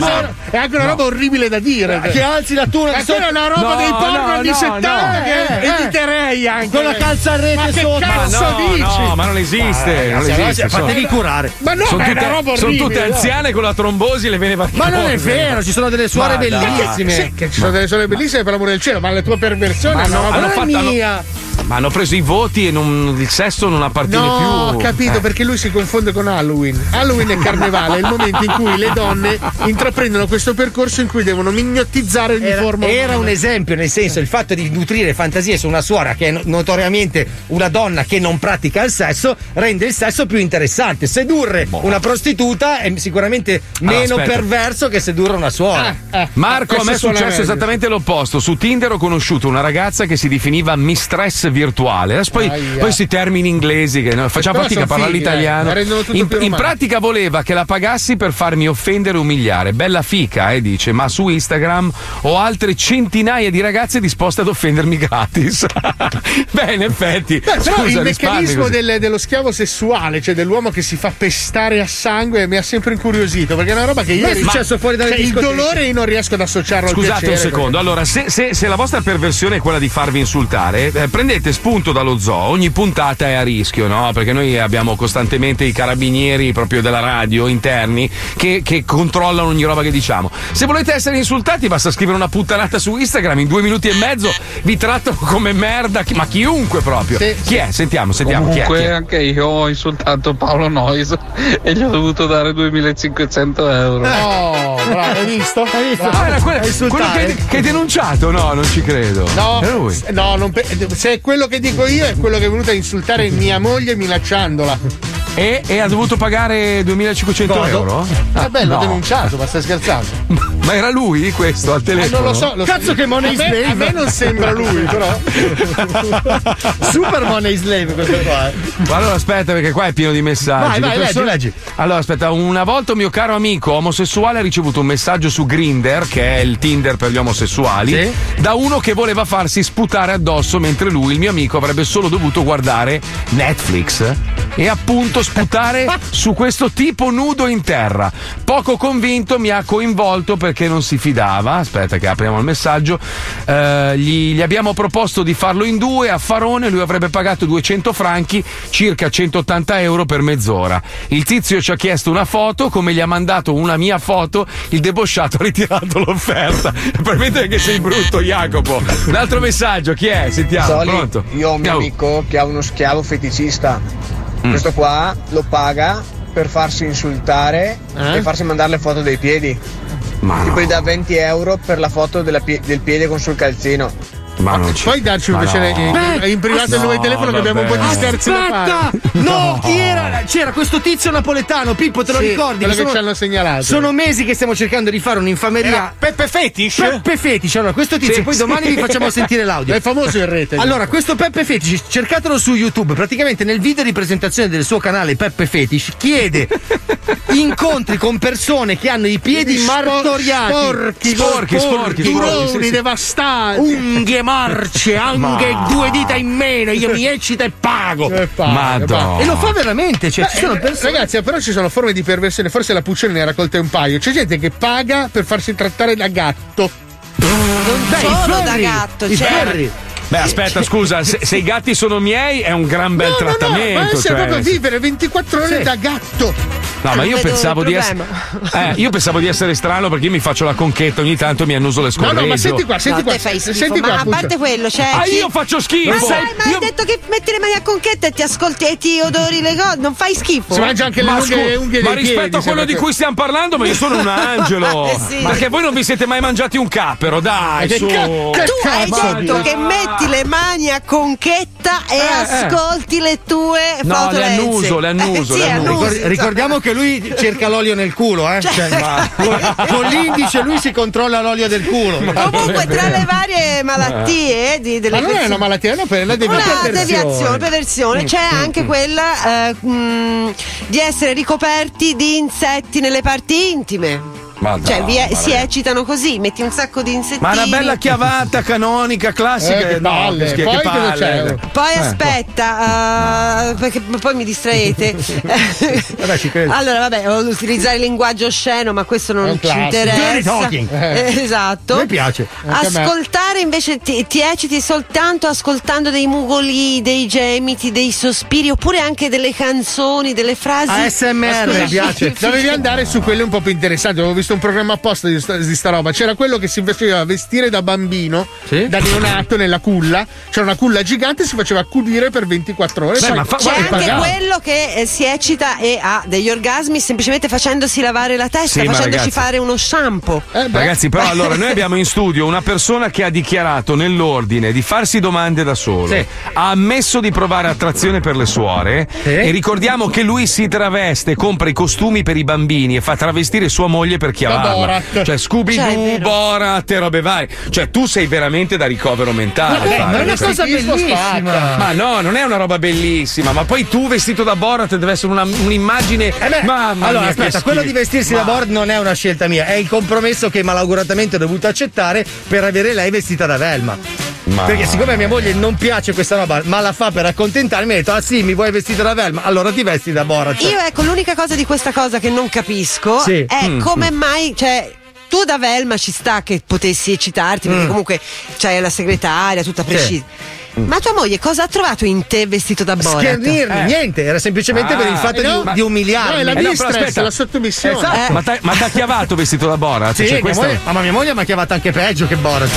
È anche una roba orribile da dire. Che alzi la tuna di sotto. È una roba dei porno anni 70 che eviterei anche. Con la calza a rete sotto. Ma che cazzo dici? No, ma non esiste. Non esiste. Fatevi curare. Ma no, è una roba orribile. Sono tutte anziane con la trombosi e le vene varicose. Ma non è vero, ci sono delle suore bellissime. Che ci sono delle suore bellissime per l'amore del cielo, ma la tua perversione non è mia. Ma hanno preso i voti e il sesso non appartiene più. No, ho capito, perché lui si confonde con Halloween. Halloween è carnevale, è il momento in cui le donne intraprendono questo percorso in cui devono mignottizzare ogni forma. Era un esempio, nel senso, il fatto di nutrire fantasie su una suora che è notoriamente una donna che non pratica il sesso rende il sesso più interessante. Sedurre una prostituta è sicuramente meno perverso che sedurre una suora. Marco, a me è successo esattamente l'opposto. Su Tinder ho conosciuto una ragazza che si definiva mistress virtuale. Adesso poi si termini inglesi che facciamo fatica a parlare l'italiano. In pratica voleva che la pagassi per farmi offendere e umiliare. Bella fica, dice, ma su Instagram ho altre centinaia di ragazze disposte ad offendermi gratis. Beh, in effetti. Però il meccanismo dello schiavo sessuale, cioè dell'uomo che si fa pestare a sangue, mi ha sempre incuriosito, perché è una roba che io è successo fuori dalle discoteche. Il dolore io non riesco ad associarlo al piacere. Scusate un secondo, allora se la vostra perversione è quella di farvi insultare, prendete spunto dallo zoo, ogni puntata è a rischio, no? Perché noi abbiamo costantemente i carabinieri proprio della radio interni che controllano ogni roba che diciamo. Se volete essere insultati basta scrivere una puttanata su Instagram, in 2 minuti e mezzo vi trattano come merda, ma chiunque proprio. Chi è? Sentiamo. Comunque chi è? Anche io ho insultato Paolo Noyes e gli ho dovuto dare 2.500 euro. Oh, bravo, hai visto? Era quello che hai denunciato? No, non ci credo. No, è lui. No, se è quello che dico io è quello che è venuto a insultare mia moglie minacciandola. E ha dovuto pagare 2.500 euro? Vabbè, l'ho denunciato, ma stai scherzando? Ma era lui questo al telefono? Non lo so. Cazzo che money slave. A me non sembra lui, però. Super money slave questo qua. Ma allora aspetta, perché qua è pieno di messaggi. Vai, leggi. Allora aspetta, una volta un mio caro amico omosessuale ha ricevuto un messaggio su Grindr, che è il Tinder per gli omosessuali, da uno che voleva farsi sputare addosso mentre lui, il mio amico, avrebbe solo dovuto guardare Netflix. e appunto sputare su questo tipo nudo in terra. Poco convinto mi ha coinvolto perché non si fidava. Aspetta che apriamo il messaggio. Gli abbiamo proposto di farlo in 2 a Farone, lui avrebbe pagato 200 franchi, circa 180 euro per mezz'ora. Il tizio ci ha chiesto una foto, come gli ha mandato una mia foto, il debosciato ha ritirato l'offerta. Probabilmente che sei brutto, Jacopo. Un altro messaggio, chi è? Sentiamo. Soli, Pronto? io ho un mio amico che ha uno schiavo feticista. Questo qua lo paga per farsi insultare e farsi mandare le foto dei piedi. Tipo gli dà 20 euro per la foto del piede con sul calzino. Ma non puoi darci invece in privato il nome di telefono, che abbiamo un po' di scherzi da fare. No, chi era? C'era questo tizio napoletano, Pippo, te lo ricordi? Quello che ci hanno segnalato. Sono mesi che stiamo cercando di fare un'infameria. Peppe Fetish? Peppe Fetish, allora questo tizio, poi domani vi facciamo sentire l'audio. È famoso in rete. Allora, questo Peppe Fetish, cercatelo su YouTube, praticamente nel video di presentazione del suo canale Peppe Fetish, chiede incontri con persone che hanno i piedi martoriati, sporchi, duroni, devastati, unghie marce, anche 2 dita in meno, io mi eccito e pago. E lo fa veramente, cioè, ci sono persone. Ragazzi, però ci sono forme di perversione, forse la Puccioni ne ha raccolte un paio. C'è gente che paga per farsi trattare da gatto. Non solo da gatto, cioè. Beh, aspetta, scusa, se i gatti sono miei è un gran bel trattamento. Ma cioè, proprio vivere 24 ore da gatto. No, ma io pensavo di essere strano perché io mi faccio la conchetta, ogni tanto mi annuso le scorregge. No, ma senti qua, ma a parte quello, cioè. Io faccio schifo! Ma hai detto che metti le mani a conchetta e ti ascolti e ti odori le cose, non fai schifo? Si mangia anche le unghie ma rispetto a quello di cui stiamo parlando, ma io sono un angelo! Sì. Ma che voi non vi siete mai mangiati un cappero, dai! Tu hai detto che metti le mani a conchetta e ascolti le tue No, le annuso. Ricordiamo che lui cerca l'olio nel culo, con l'indice lui si controlla l'olio del culo. Comunque, tra le varie malattie ma non è una malattia, è una perversione. C'è anche quella di essere ricoperti di insetti nelle parti intime. Si eccitano così, metti un sacco di insettini. Ma una bella chiavata canonica, classica. Che palle. Che palle. Poi aspetta, perché poi mi distraete. Allora, utilizzare il linguaggio osceno, ma questo non ci interessa. Esatto. Mi piace. Ascoltare invece ti ecciti soltanto ascoltando dei mugoli, dei gemiti, dei sospiri, oppure anche delle canzoni, delle frasi. ASMR mi piace. Dovevi andare su quelle un po' più interessanti. Avevo visto un programma apposta di sta roba. C'era quello che si faceva vestire da bambino, da neonato nella culla. C'era una culla gigante e si faceva accudire per 24 ore. C'è anche quello che si eccita e ha degli orgasmi semplicemente facendosi lavare la testa, facendoci fare uno shampoo. Ragazzi, però allora noi abbiamo in studio una persona che ha dichiarato nell'ordine di farsi domande da solo, ha ammesso di provare attrazione per le suore e ricordiamo che lui si traveste, compra i costumi per i bambini e fa travestire sua moglie per chiavarla. Cioè Scooby-Doo, Borat e robe varie. Cioè tu sei veramente da ricovero mentale. Ma è una cosa bellissima. Ma no, non è una roba bellissima. Ma poi tu vestito da Borat deve essere un'immagine. Allora aspetta, quello di vestirsi da Borat non è una scelta mia, è il compromesso che malauguratamente ho dovuto accettare per avere lei vestita da Velma. Perché siccome a mia moglie non piace questa roba, ma la fa per accontentarmi, mi ha detto: ah sì, mi vuoi vestita da Velma? Allora ti vesti da Borat. Io l'unica cosa di questa cosa che non capisco è come mai, cioè, tu da Velma ci sta che potessi eccitarti, perché comunque c'hai la segretaria, tutta precisa. Ma tua moglie cosa ha trovato in te vestito da Borat? Schernirmi, niente, era semplicemente per il fatto di umiliarmi. No, è la mistress, la sottomissione. Esatto. Ma t'ha chiavato vestito da Borat? Sì, ma mia moglie mi ha chiamato anche peggio che Borat.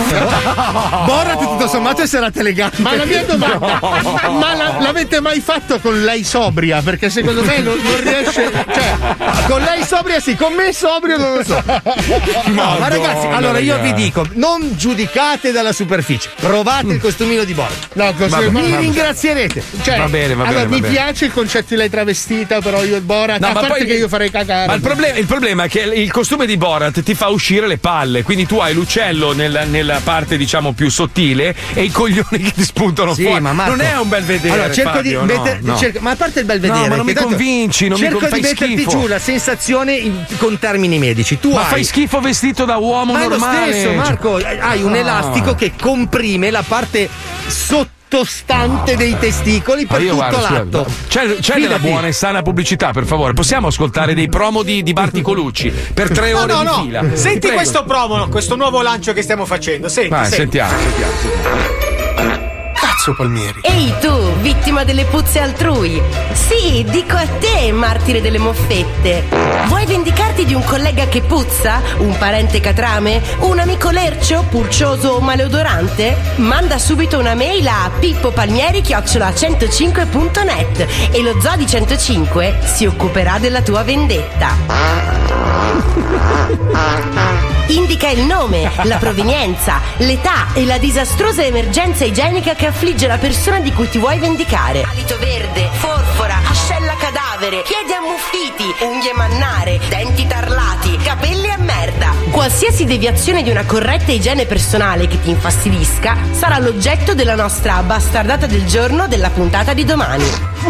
Borat tutto sommato è serata elegante. Ma la mia domanda, ma l'avete mai fatto con lei sobria? Perché secondo me non riesce. Cioè, con lei sobria sì, con me sobrio non lo so. Ma ragazzi, allora io vi dico, non giudicate dalla superficie, provate il costumino di Borat. No, mi ringrazierete. Cioè, va bene. Allora, mi piace il concetto di lei travestita, però io Borat. No, a parte che io farei cagare. Ma il problema è che il costume di Borat ti fa uscire le palle, quindi tu hai l'uccello nella parte, diciamo, più sottile e i coglioni che ti spuntano fuori. Ma Marco, non è un bel vedere. Allora, cerco di ma a parte il bel vedere, ma non mi convinci, non cerco mi fai di metterti schifo. giù la sensazione con termini medici. Ma fai schifo vestito da uomo normale. È lo stesso, Marco. Hai un elastico che comprime la parte sottile sottostante dei testicoli per tutto l'atto. C'è della buona e sana pubblicità, per favore. Possiamo ascoltare dei promo di Barticolucci per 3 ore di fila? Senti questo promo, questo nuovo lancio che stiamo facendo. Sentiamo. Cazzo, Palmieri. Ehi tu, vittima delle puzze altrui. Sì, dico a te, martire delle moffette. Vuoi vendicarti di un collega che puzza? Un parente catrame? Un amico lercio, pulcioso o maleodorante? Manda subito una mail a pippopalmieri@105.net e lo Zoo di 105 si occuperà della tua vendetta. Indica il nome, la provenienza, l'età e la disastrosa emergenza igienica che affligge la persona di cui ti vuoi vendicare. Alito verde, forfora, ascella cadavere, piedi ammuffiti, unghie mannare, denti tarlati, capelli a merda. Qualsiasi deviazione di una corretta igiene personale che ti infastidisca sarà l'oggetto della nostra bastardata del giorno della puntata di domani.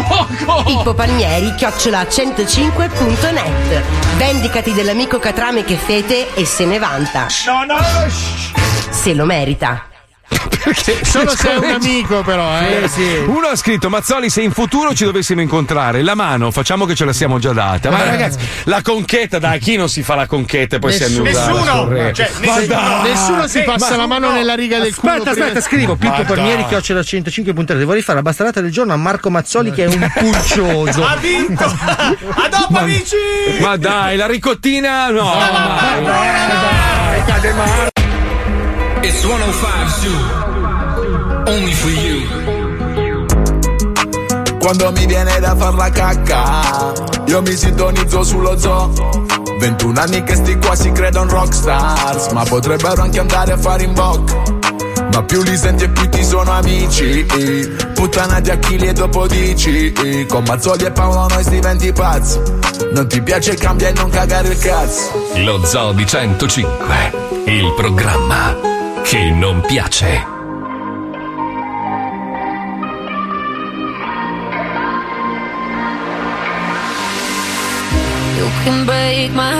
pippopalmieri@105.net. Vendicati dell'amico catrame che fete e se ne vanta. Se lo merita. Perché solo se è un amico, però, Uno ha scritto: Mazzoli, se in futuro ci dovessimo incontrare, la mano facciamo che ce la siamo già data. Ma ragazzi, la conchetta, da chi non si fa la conchetta e poi si annusa? Nessuno si passa la mano nella riga del culo. Aspetta, scrivo pippopalmieri@105.net. Vorrei fare la bastardata del giorno a Marco Mazzoli, che è un pulcioso. Ha vinto! A dopo, amici! Ma dai, la ricottina no! Dai, cade male. It's 105 Zoo, only for you. Quando mi viene da far la cacca, io mi sintonizzo sullo zoo. 21 anni che sti qua si credono rockstars, ma potrebbero anche andare a fare in bocca. Ma più li senti e più ti sono amici, puttanati a chili e dopo dici, con Mazzoli e Paolo noi diventi pazzi. Non ti piace, cambia e non cagare il cazzo. Lo Zoo di 105, il programma che non piace. You can break my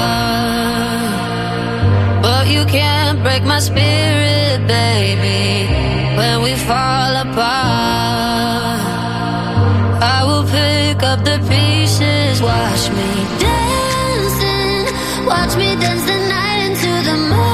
heart, but you can't break my spirit, baby. When we fall apart, I will pick up the pieces. Watch me dancing, watch me dance the night into the morning.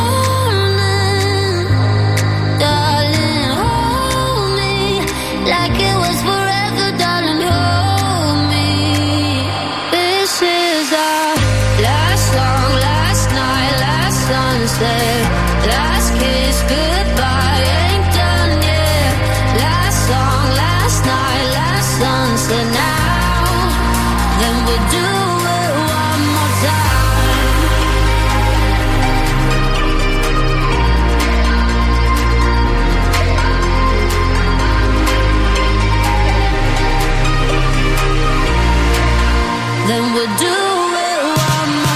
Like it was forever, darling, hold me. This is our last song, last night, last sunset, last kiss, goodbye, ain't done yet. Last song, last night, last sunset, now, then we'll do it one more time. Then we'll do it one more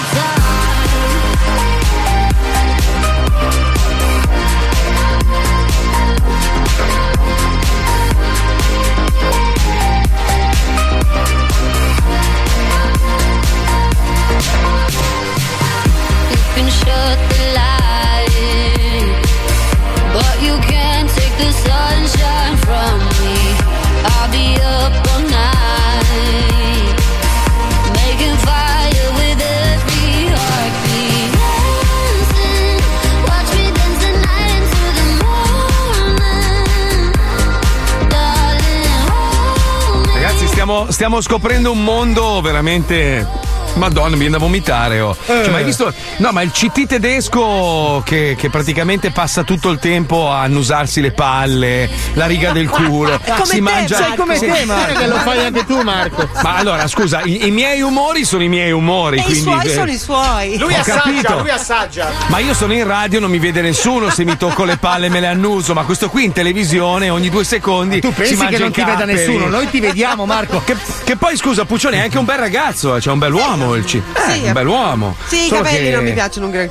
You can shut the light, but you can't take the sunshine from me. I'll be up all night, making fire with every heartbeat. Dancing, watch me dance the night into the morning. Darling, hold me. Ragazzi, stiamo scoprendo un mondo veramente. Madonna, mi viene da vomitare. Cioè, ma hai visto? No, ma il CT tedesco che praticamente passa tutto il tempo a annusarsi le palle, la riga del culo. Si mangia. Sei come te, Marco. Che lo fai anche tu, Marco. Ma allora, scusa, i miei umori sono i miei umori. E quindi, i suoi sono i suoi. Lui assaggia. Ma io sono in radio, non mi vede nessuno, se mi tocco le palle me le annuso, ma questo qui in televisione ogni 2 secondi. Tu pensi si mangia che non ti veda nessuno? Noi ti vediamo, Marco. Che poi, scusa, Puccione è anche un bel ragazzo, c'è un bel uomo. Sì, un bel uomo. Sì, i capelli non mi piacciono un granché.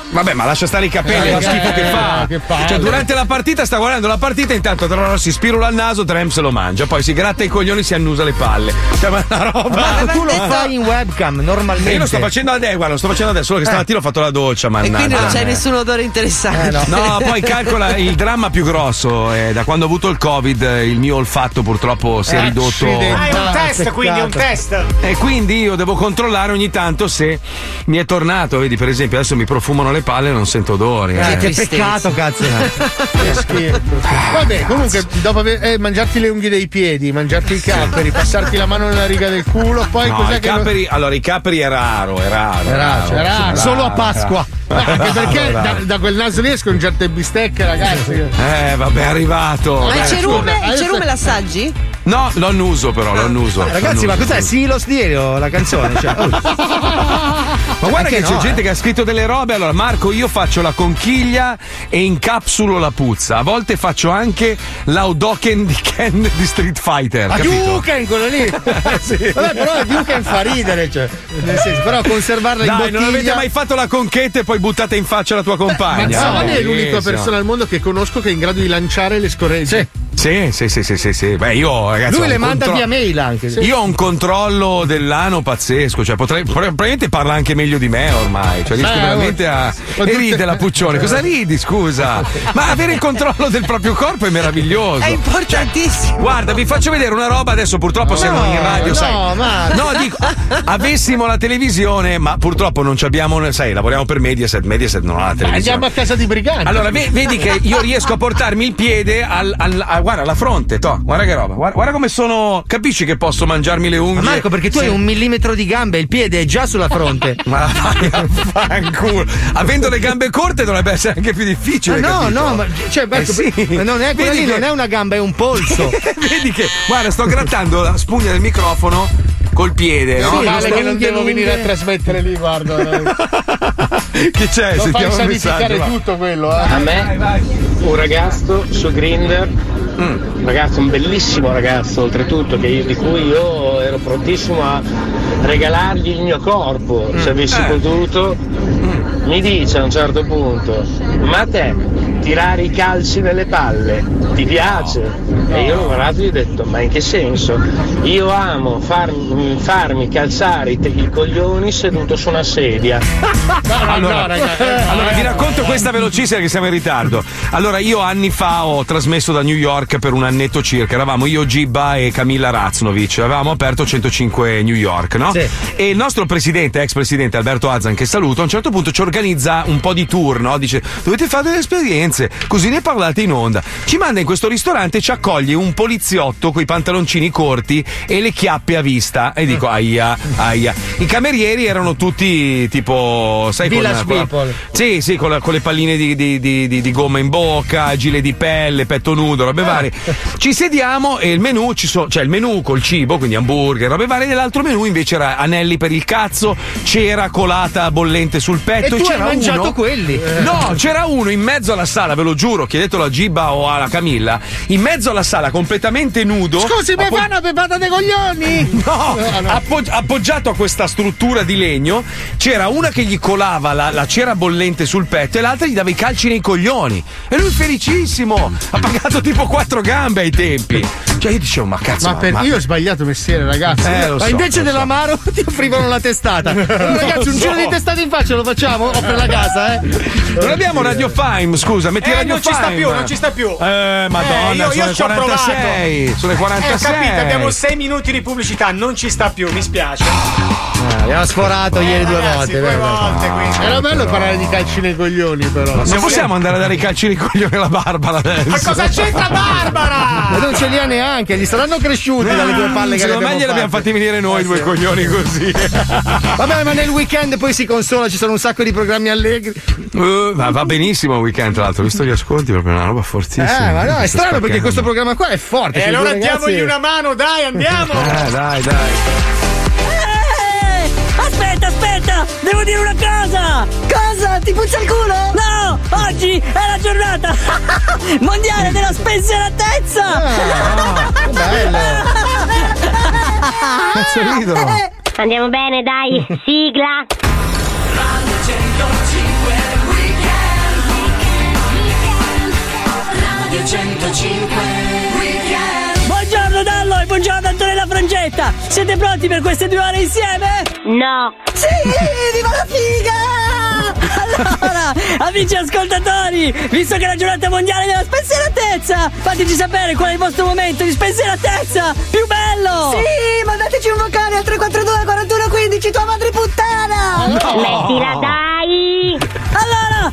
Vabbè, ma lascia stare i capelli, lo schifo che fa. Cioè, durante la partita sta guardando la partita, intanto si spirula al naso, Trem se lo mangia, poi si gratta i coglioni, si annusa le palle. Cioè, ma una roba. Ma tu lo fai in webcam normalmente. Io lo sto facendo adesso, guarda, lo sto facendo adesso, solo che stamattina ho fatto la doccia, E quindi non c'è nessun odore interessante. No, poi calcola il dramma più grosso. Da quando ho avuto il Covid, il mio olfatto purtroppo si è ridotto. È un test, quindi è un test. E quindi io devo controllare ogni tanto se mi è tornato. Vedi, per esempio, adesso mi profumano le palle e non sento odori. Che peccato, cazzo. Che schifo. Vabbè, comunque, dopo mangiarti le unghie dei piedi, mangiarti i capperi, passarti la mano nella riga del culo, poi cos'è i capperi, allora i capperi è raro. Solo a Pasqua. Anche perché da quel naso lì escono certe bistecche, ragazzi. Vabbè, è arrivato. Ma il cerume l'assaggi? No, lo annuso però, lo annuso. Ragazzi, ma cos'è? Silos di Elio, la canzone? Cioè, ma guarda che c'è gente che ha scritto delle robe. Allora, Marco, io faccio la conchiglia e incapsulo la puzza. A volte faccio anche l'Audoken di Ken di Street Fighter. Hadouken, quello lì. Sì. Vabbè, però Hadouken fa ridere, cioè. Nel senso, però conservarla in bottiglia. Non avete mai fatto la conchetta e poi buttata in faccia la tua compagna? Ma è l'unica persona al mondo che conosco che è in grado di lanciare le scorregge. Sì. Beh, io, ragazzi. Lui le manda via mail anche. Io ho un controllo dell'ano pazzesco. Cioè, probabilmente parla anche meglio di me ormai. Cioè, riesco veramente a. E ride la Puccione. Cosa ridi, scusa? Ma avere il controllo del proprio corpo è meraviglioso. È importantissimo. Guarda, vi faccio vedere una roba. Adesso purtroppo siamo in radio, sai. No, dico, avessimo la televisione, ma purtroppo non ci abbiamo. Sai, lavoriamo per Mediaset non ha la televisione. Andiamo a casa di briganti. Allora, vedi che io riesco a portarmi il piede guarda, alla fronte, guarda che roba, guarda come sono, capisci che posso mangiarmi le unghie? Ma Marco, perché tu hai 1 millimetro di gambe, il piede è già sulla fronte. Ma vai a fanculo. Avendo le gambe corte dovrebbe essere anche più difficile. No, ma cioè, Marco, non è quella lì, non è una gamba, è un polso. Vedi che, guarda, sto grattando la spugna del microfono col piede, no? Sì, male che non devo venire a trasmettere lì, guarda. Chi c'è? Lo Sentiamo fai il sanificare messaggio. tutto quello, A me un ragazzo su Grindr, un bellissimo ragazzo oltretutto, di cui io ero prontissimo a regalargli il mio corpo se avessi potuto, mi dice a un certo punto: ma a te tirare i calci nelle palle ti piace? E io l'ho guardato e gli ho detto: ma in che senso? Io amo farmi calzare i coglioni seduto su una sedia. Allora, vi racconto questa velocissima che siamo in ritardo. Allora, io anni fa ho trasmesso da New York per un annetto circa. Eravamo io, Gibba e Camilla Raznovic. Avevamo aperto 105 New York, no? Sì. E il nostro presidente, ex presidente Alberto Azzan, che saluto, a un certo punto ci organizza un po' di tour, no? Dice: dovete fare delle esperienze, così ne parlate in onda. Ci manda in questo ristorante e ci accoglie un poliziotto coi pantaloncini corti e le chiappe a vista. E dico: aia. I camerieri erano tutti tipo, sai, Village People. Sì, con le palline di gomma in bocca, gilet di pelle, petto nudo, robe varie. Ci sediamo e il menù c'è il menù col cibo, quindi hamburger, robe varie, e l'altro menù invece era anelli per il cazzo, c'era colata bollente sul petto. E tu c'era hai mangiato quelli? No, c'era uno in mezzo alla sala, ve lo giuro, chiedetelo a Gibba o alla Camilla, in mezzo alla sala completamente nudo. Scusi, mi fa una pepata dei coglioni! No. Appoggiato a questa struttura di legno c'era una che gli colava la cera bollente sul petto e l'altra gli dava i calci nei coglioni. E lui felicissimo, ha pagato tipo 4 gambe ai tempi. Cioè io dicevo: ma cazzo, perché io ho sbagliato mestiere, ragazzi. Ma invece dell'amaro ti offrivano la testata. Ragazzi, un giro di testate in faccia lo facciamo? O per la casa, Non abbiamo Radio Fime, scusa, metti Radio non Fime. Non ci sta più. Madonna, io ci ho provato. Sono le 46. Capito, abbiamo 6 minuti di pubblicità, non ci sta più, mi spiace. Abbiamo sforato ieri due volte. Era bello parlare di calci nei coglioni, però. Non possiamo andare a dare i calci nei coglioni alla Barbara adesso. Ma cosa c'entra Barbara? Ma non ce li ha neanche, gli saranno cresciuti dalle due palle che secondo me gliel'abbiamo fatti venire noi due coglioni così. Vabbè, ma nel weekend poi si consola, ci sono un sacco di programmi allegri. Va benissimo il weekend, tra l'altro, visto gli ascolti, proprio una roba fortissima. Ma no, è strano perché questo programma qua è forte. E allora diamogli una mano, dai, andiamo. Dai. Aspetta, devo dire una cosa. Cosa? Ti puzza il culo? No, oggi è la giornata mondiale della spensieratezza. Bello. Cazzo ridono. Andiamo bene, dai, sigla. Radio 105 Weekend. Buongiorno Dallo e buongiorno Antonella Frangetta. Siete pronti per queste 2 ore insieme? No. Sì, viva la figa! Allora, amici ascoltatori, visto che è la giornata mondiale della spensieratezza, fateci sapere qual è il vostro momento di spensieratezza più bello! Sì, mandateci un vocale al 342 41 15, tua madre puttana! Mettila dai! Allora,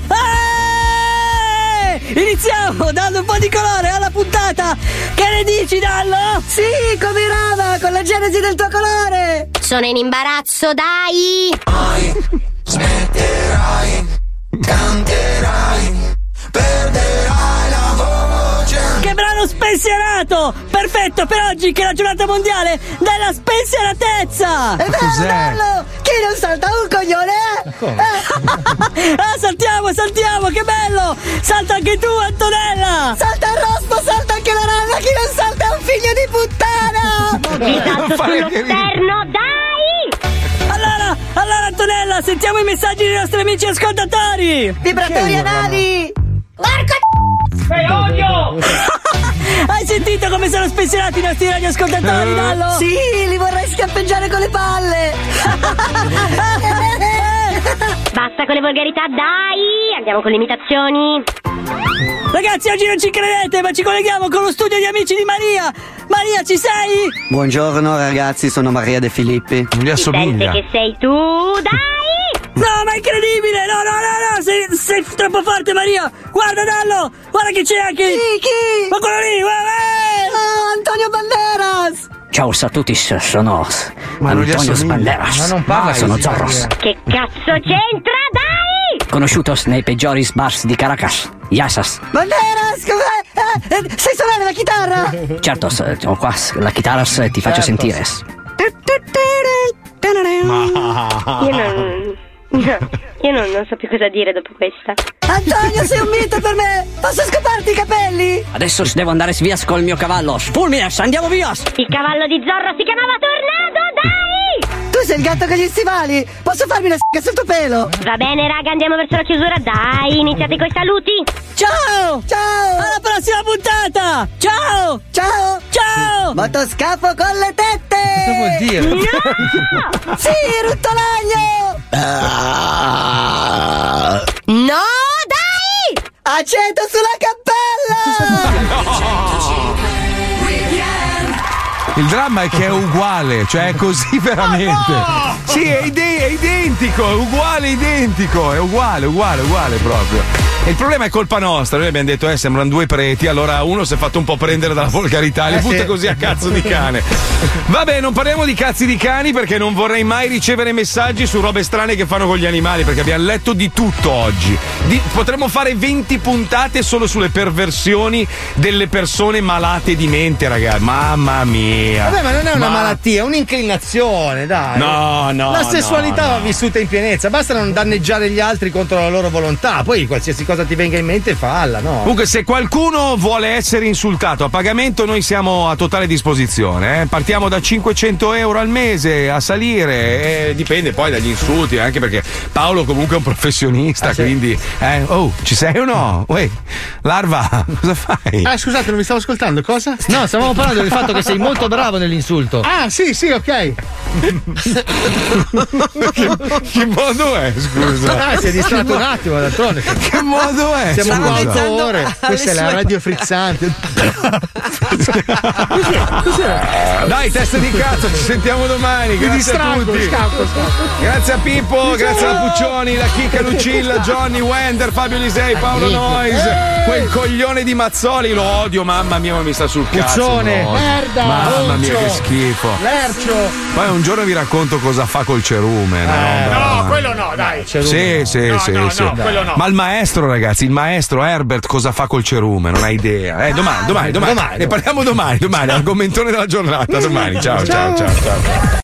iniziamo dando un po' di colore alla puntata. Che ne dici, Dallo? Sì, come Rama, con la genesi del tuo colore! Sono in imbarazzo, dai! Smetterai, canterai, perderai la voce. Che brano spensierato! Perfetto per oggi che è la giornata mondiale della spensieratezza! È vero, bello! Chi non salta un coglione? Saltiamo, che bello! Salta anche tu, Antonella! Salta il rospo, salta anche la rana, chi non salta è un figlio di puttana! Vi salto sullo sterno, dai! Allora Antonella, sentiamo i messaggi dei nostri amici ascoltatori! Vibratori anali! Porco sei odio! Hai sentito come sono spensierati i nostri radioascoltatori, Dallo? Sì, li vorrei schiaffeggiare con le palle! Basta con le volgarità, dai! Andiamo con le imitazioni! Ragazzi, oggi non ci credete, ma ci colleghiamo con lo studio di amici di Maria! Maria, ci sei? Buongiorno ragazzi, sono Maria De Filippi. Non mi assomiglia. Che sei tu, dai! No, ma è incredibile! No, sei troppo forte, Maria! Guarda, Dallo! Guarda che c'è anche! Chi? Ma quello lì, Antonio Banderas! Ciao a tutti, sono ma Antonio Banderas. Ma non parla, sono Zorros. Che cazzo c'entra, dai! Conosciuto nei peggiori bars di Caracas. Yasas. Banderas, com'è? Sai suonare la chitarra? Certo, ho qua la chitarra, ti faccio sentire. Io non so più cosa dire dopo questa. Antonio, sei un mito per me! Posso scoparti i capelli? Adesso devo andare via col mio cavallo. Fulmines, andiamo via! Il cavallo di Zorro si chiamava Tornado, dai! Tu sei il gatto con gli stivali! Posso farmi una sul tuo pelo? Va bene, raga, andiamo verso la chiusura. Dai, iniziate coi saluti. Ciao! Ciao! Alla prossima puntata! Ciao! Ciao! Ciao! Motoscafo con le tette! Cosa vuol dire? No! Sì, ruttolagno! No, dai! Aceto sulla cappella! Il dramma è che è uguale, cioè è così veramente. Sì, è identico, è uguale, identico, è uguale proprio. E il problema è colpa nostra, noi abbiamo detto sembrano due preti, allora uno si è fatto un po' prendere dalla volgarità, li butta così a cazzo di cane. Vabbè, non parliamo di cazzi di cani perché non vorrei mai ricevere messaggi su robe strane che fanno con gli animali, perché abbiamo letto di tutto oggi. Potremmo fare 20 puntate solo sulle perversioni delle persone malate di mente, ragazzi. Mamma mia. Vabbè, ma non è una malattia, è un'inclinazione, dai. No. La sessualità va vissuta in pienezza, basta non danneggiare gli altri contro la loro volontà, poi qualsiasi cosa ti venga in mente falla, no? Comunque, se qualcuno vuole essere insultato a pagamento, noi siamo a totale disposizione. Partiamo da 500 euro al mese a salire, dipende poi dagli insulti, anche perché Paolo comunque è un professionista, quindi ci sei o no? Uè, Larva, cosa fai? Scusate, non mi stavo ascoltando, cosa? No, stavamo parlando del fatto che sei molto bravo nell'insulto. Sì, ok. Che modo è, scusa? Si è distratto un attimo, d'altronde. Che modo è? Siamo qua 8 ore. Questa è la radio frizzante. Cos'era? Dai, testa di cazzo, ci sentiamo domani. Grazie a tutti. Scappo. Grazie a Pippo, grazie a Puccioni, la Chicca Lucilla, Johnny Wender, Fabio Lisei, Paolo Nois, quel coglione di Mazzoli, lo odio, mamma mia, ma mi sta sul cazzo. Puccione, merda, mamma mia, che schifo. Lercio. Poi un giorno vi racconto cosa fa col cerume. No, quello no, dai. Sì. No, quello no. Ma il maestro, ragazzi, il maestro Herbert cosa fa col cerume? Non hai idea. Domani. Ne parliamo domani, argomentone della giornata, domani. Ciao.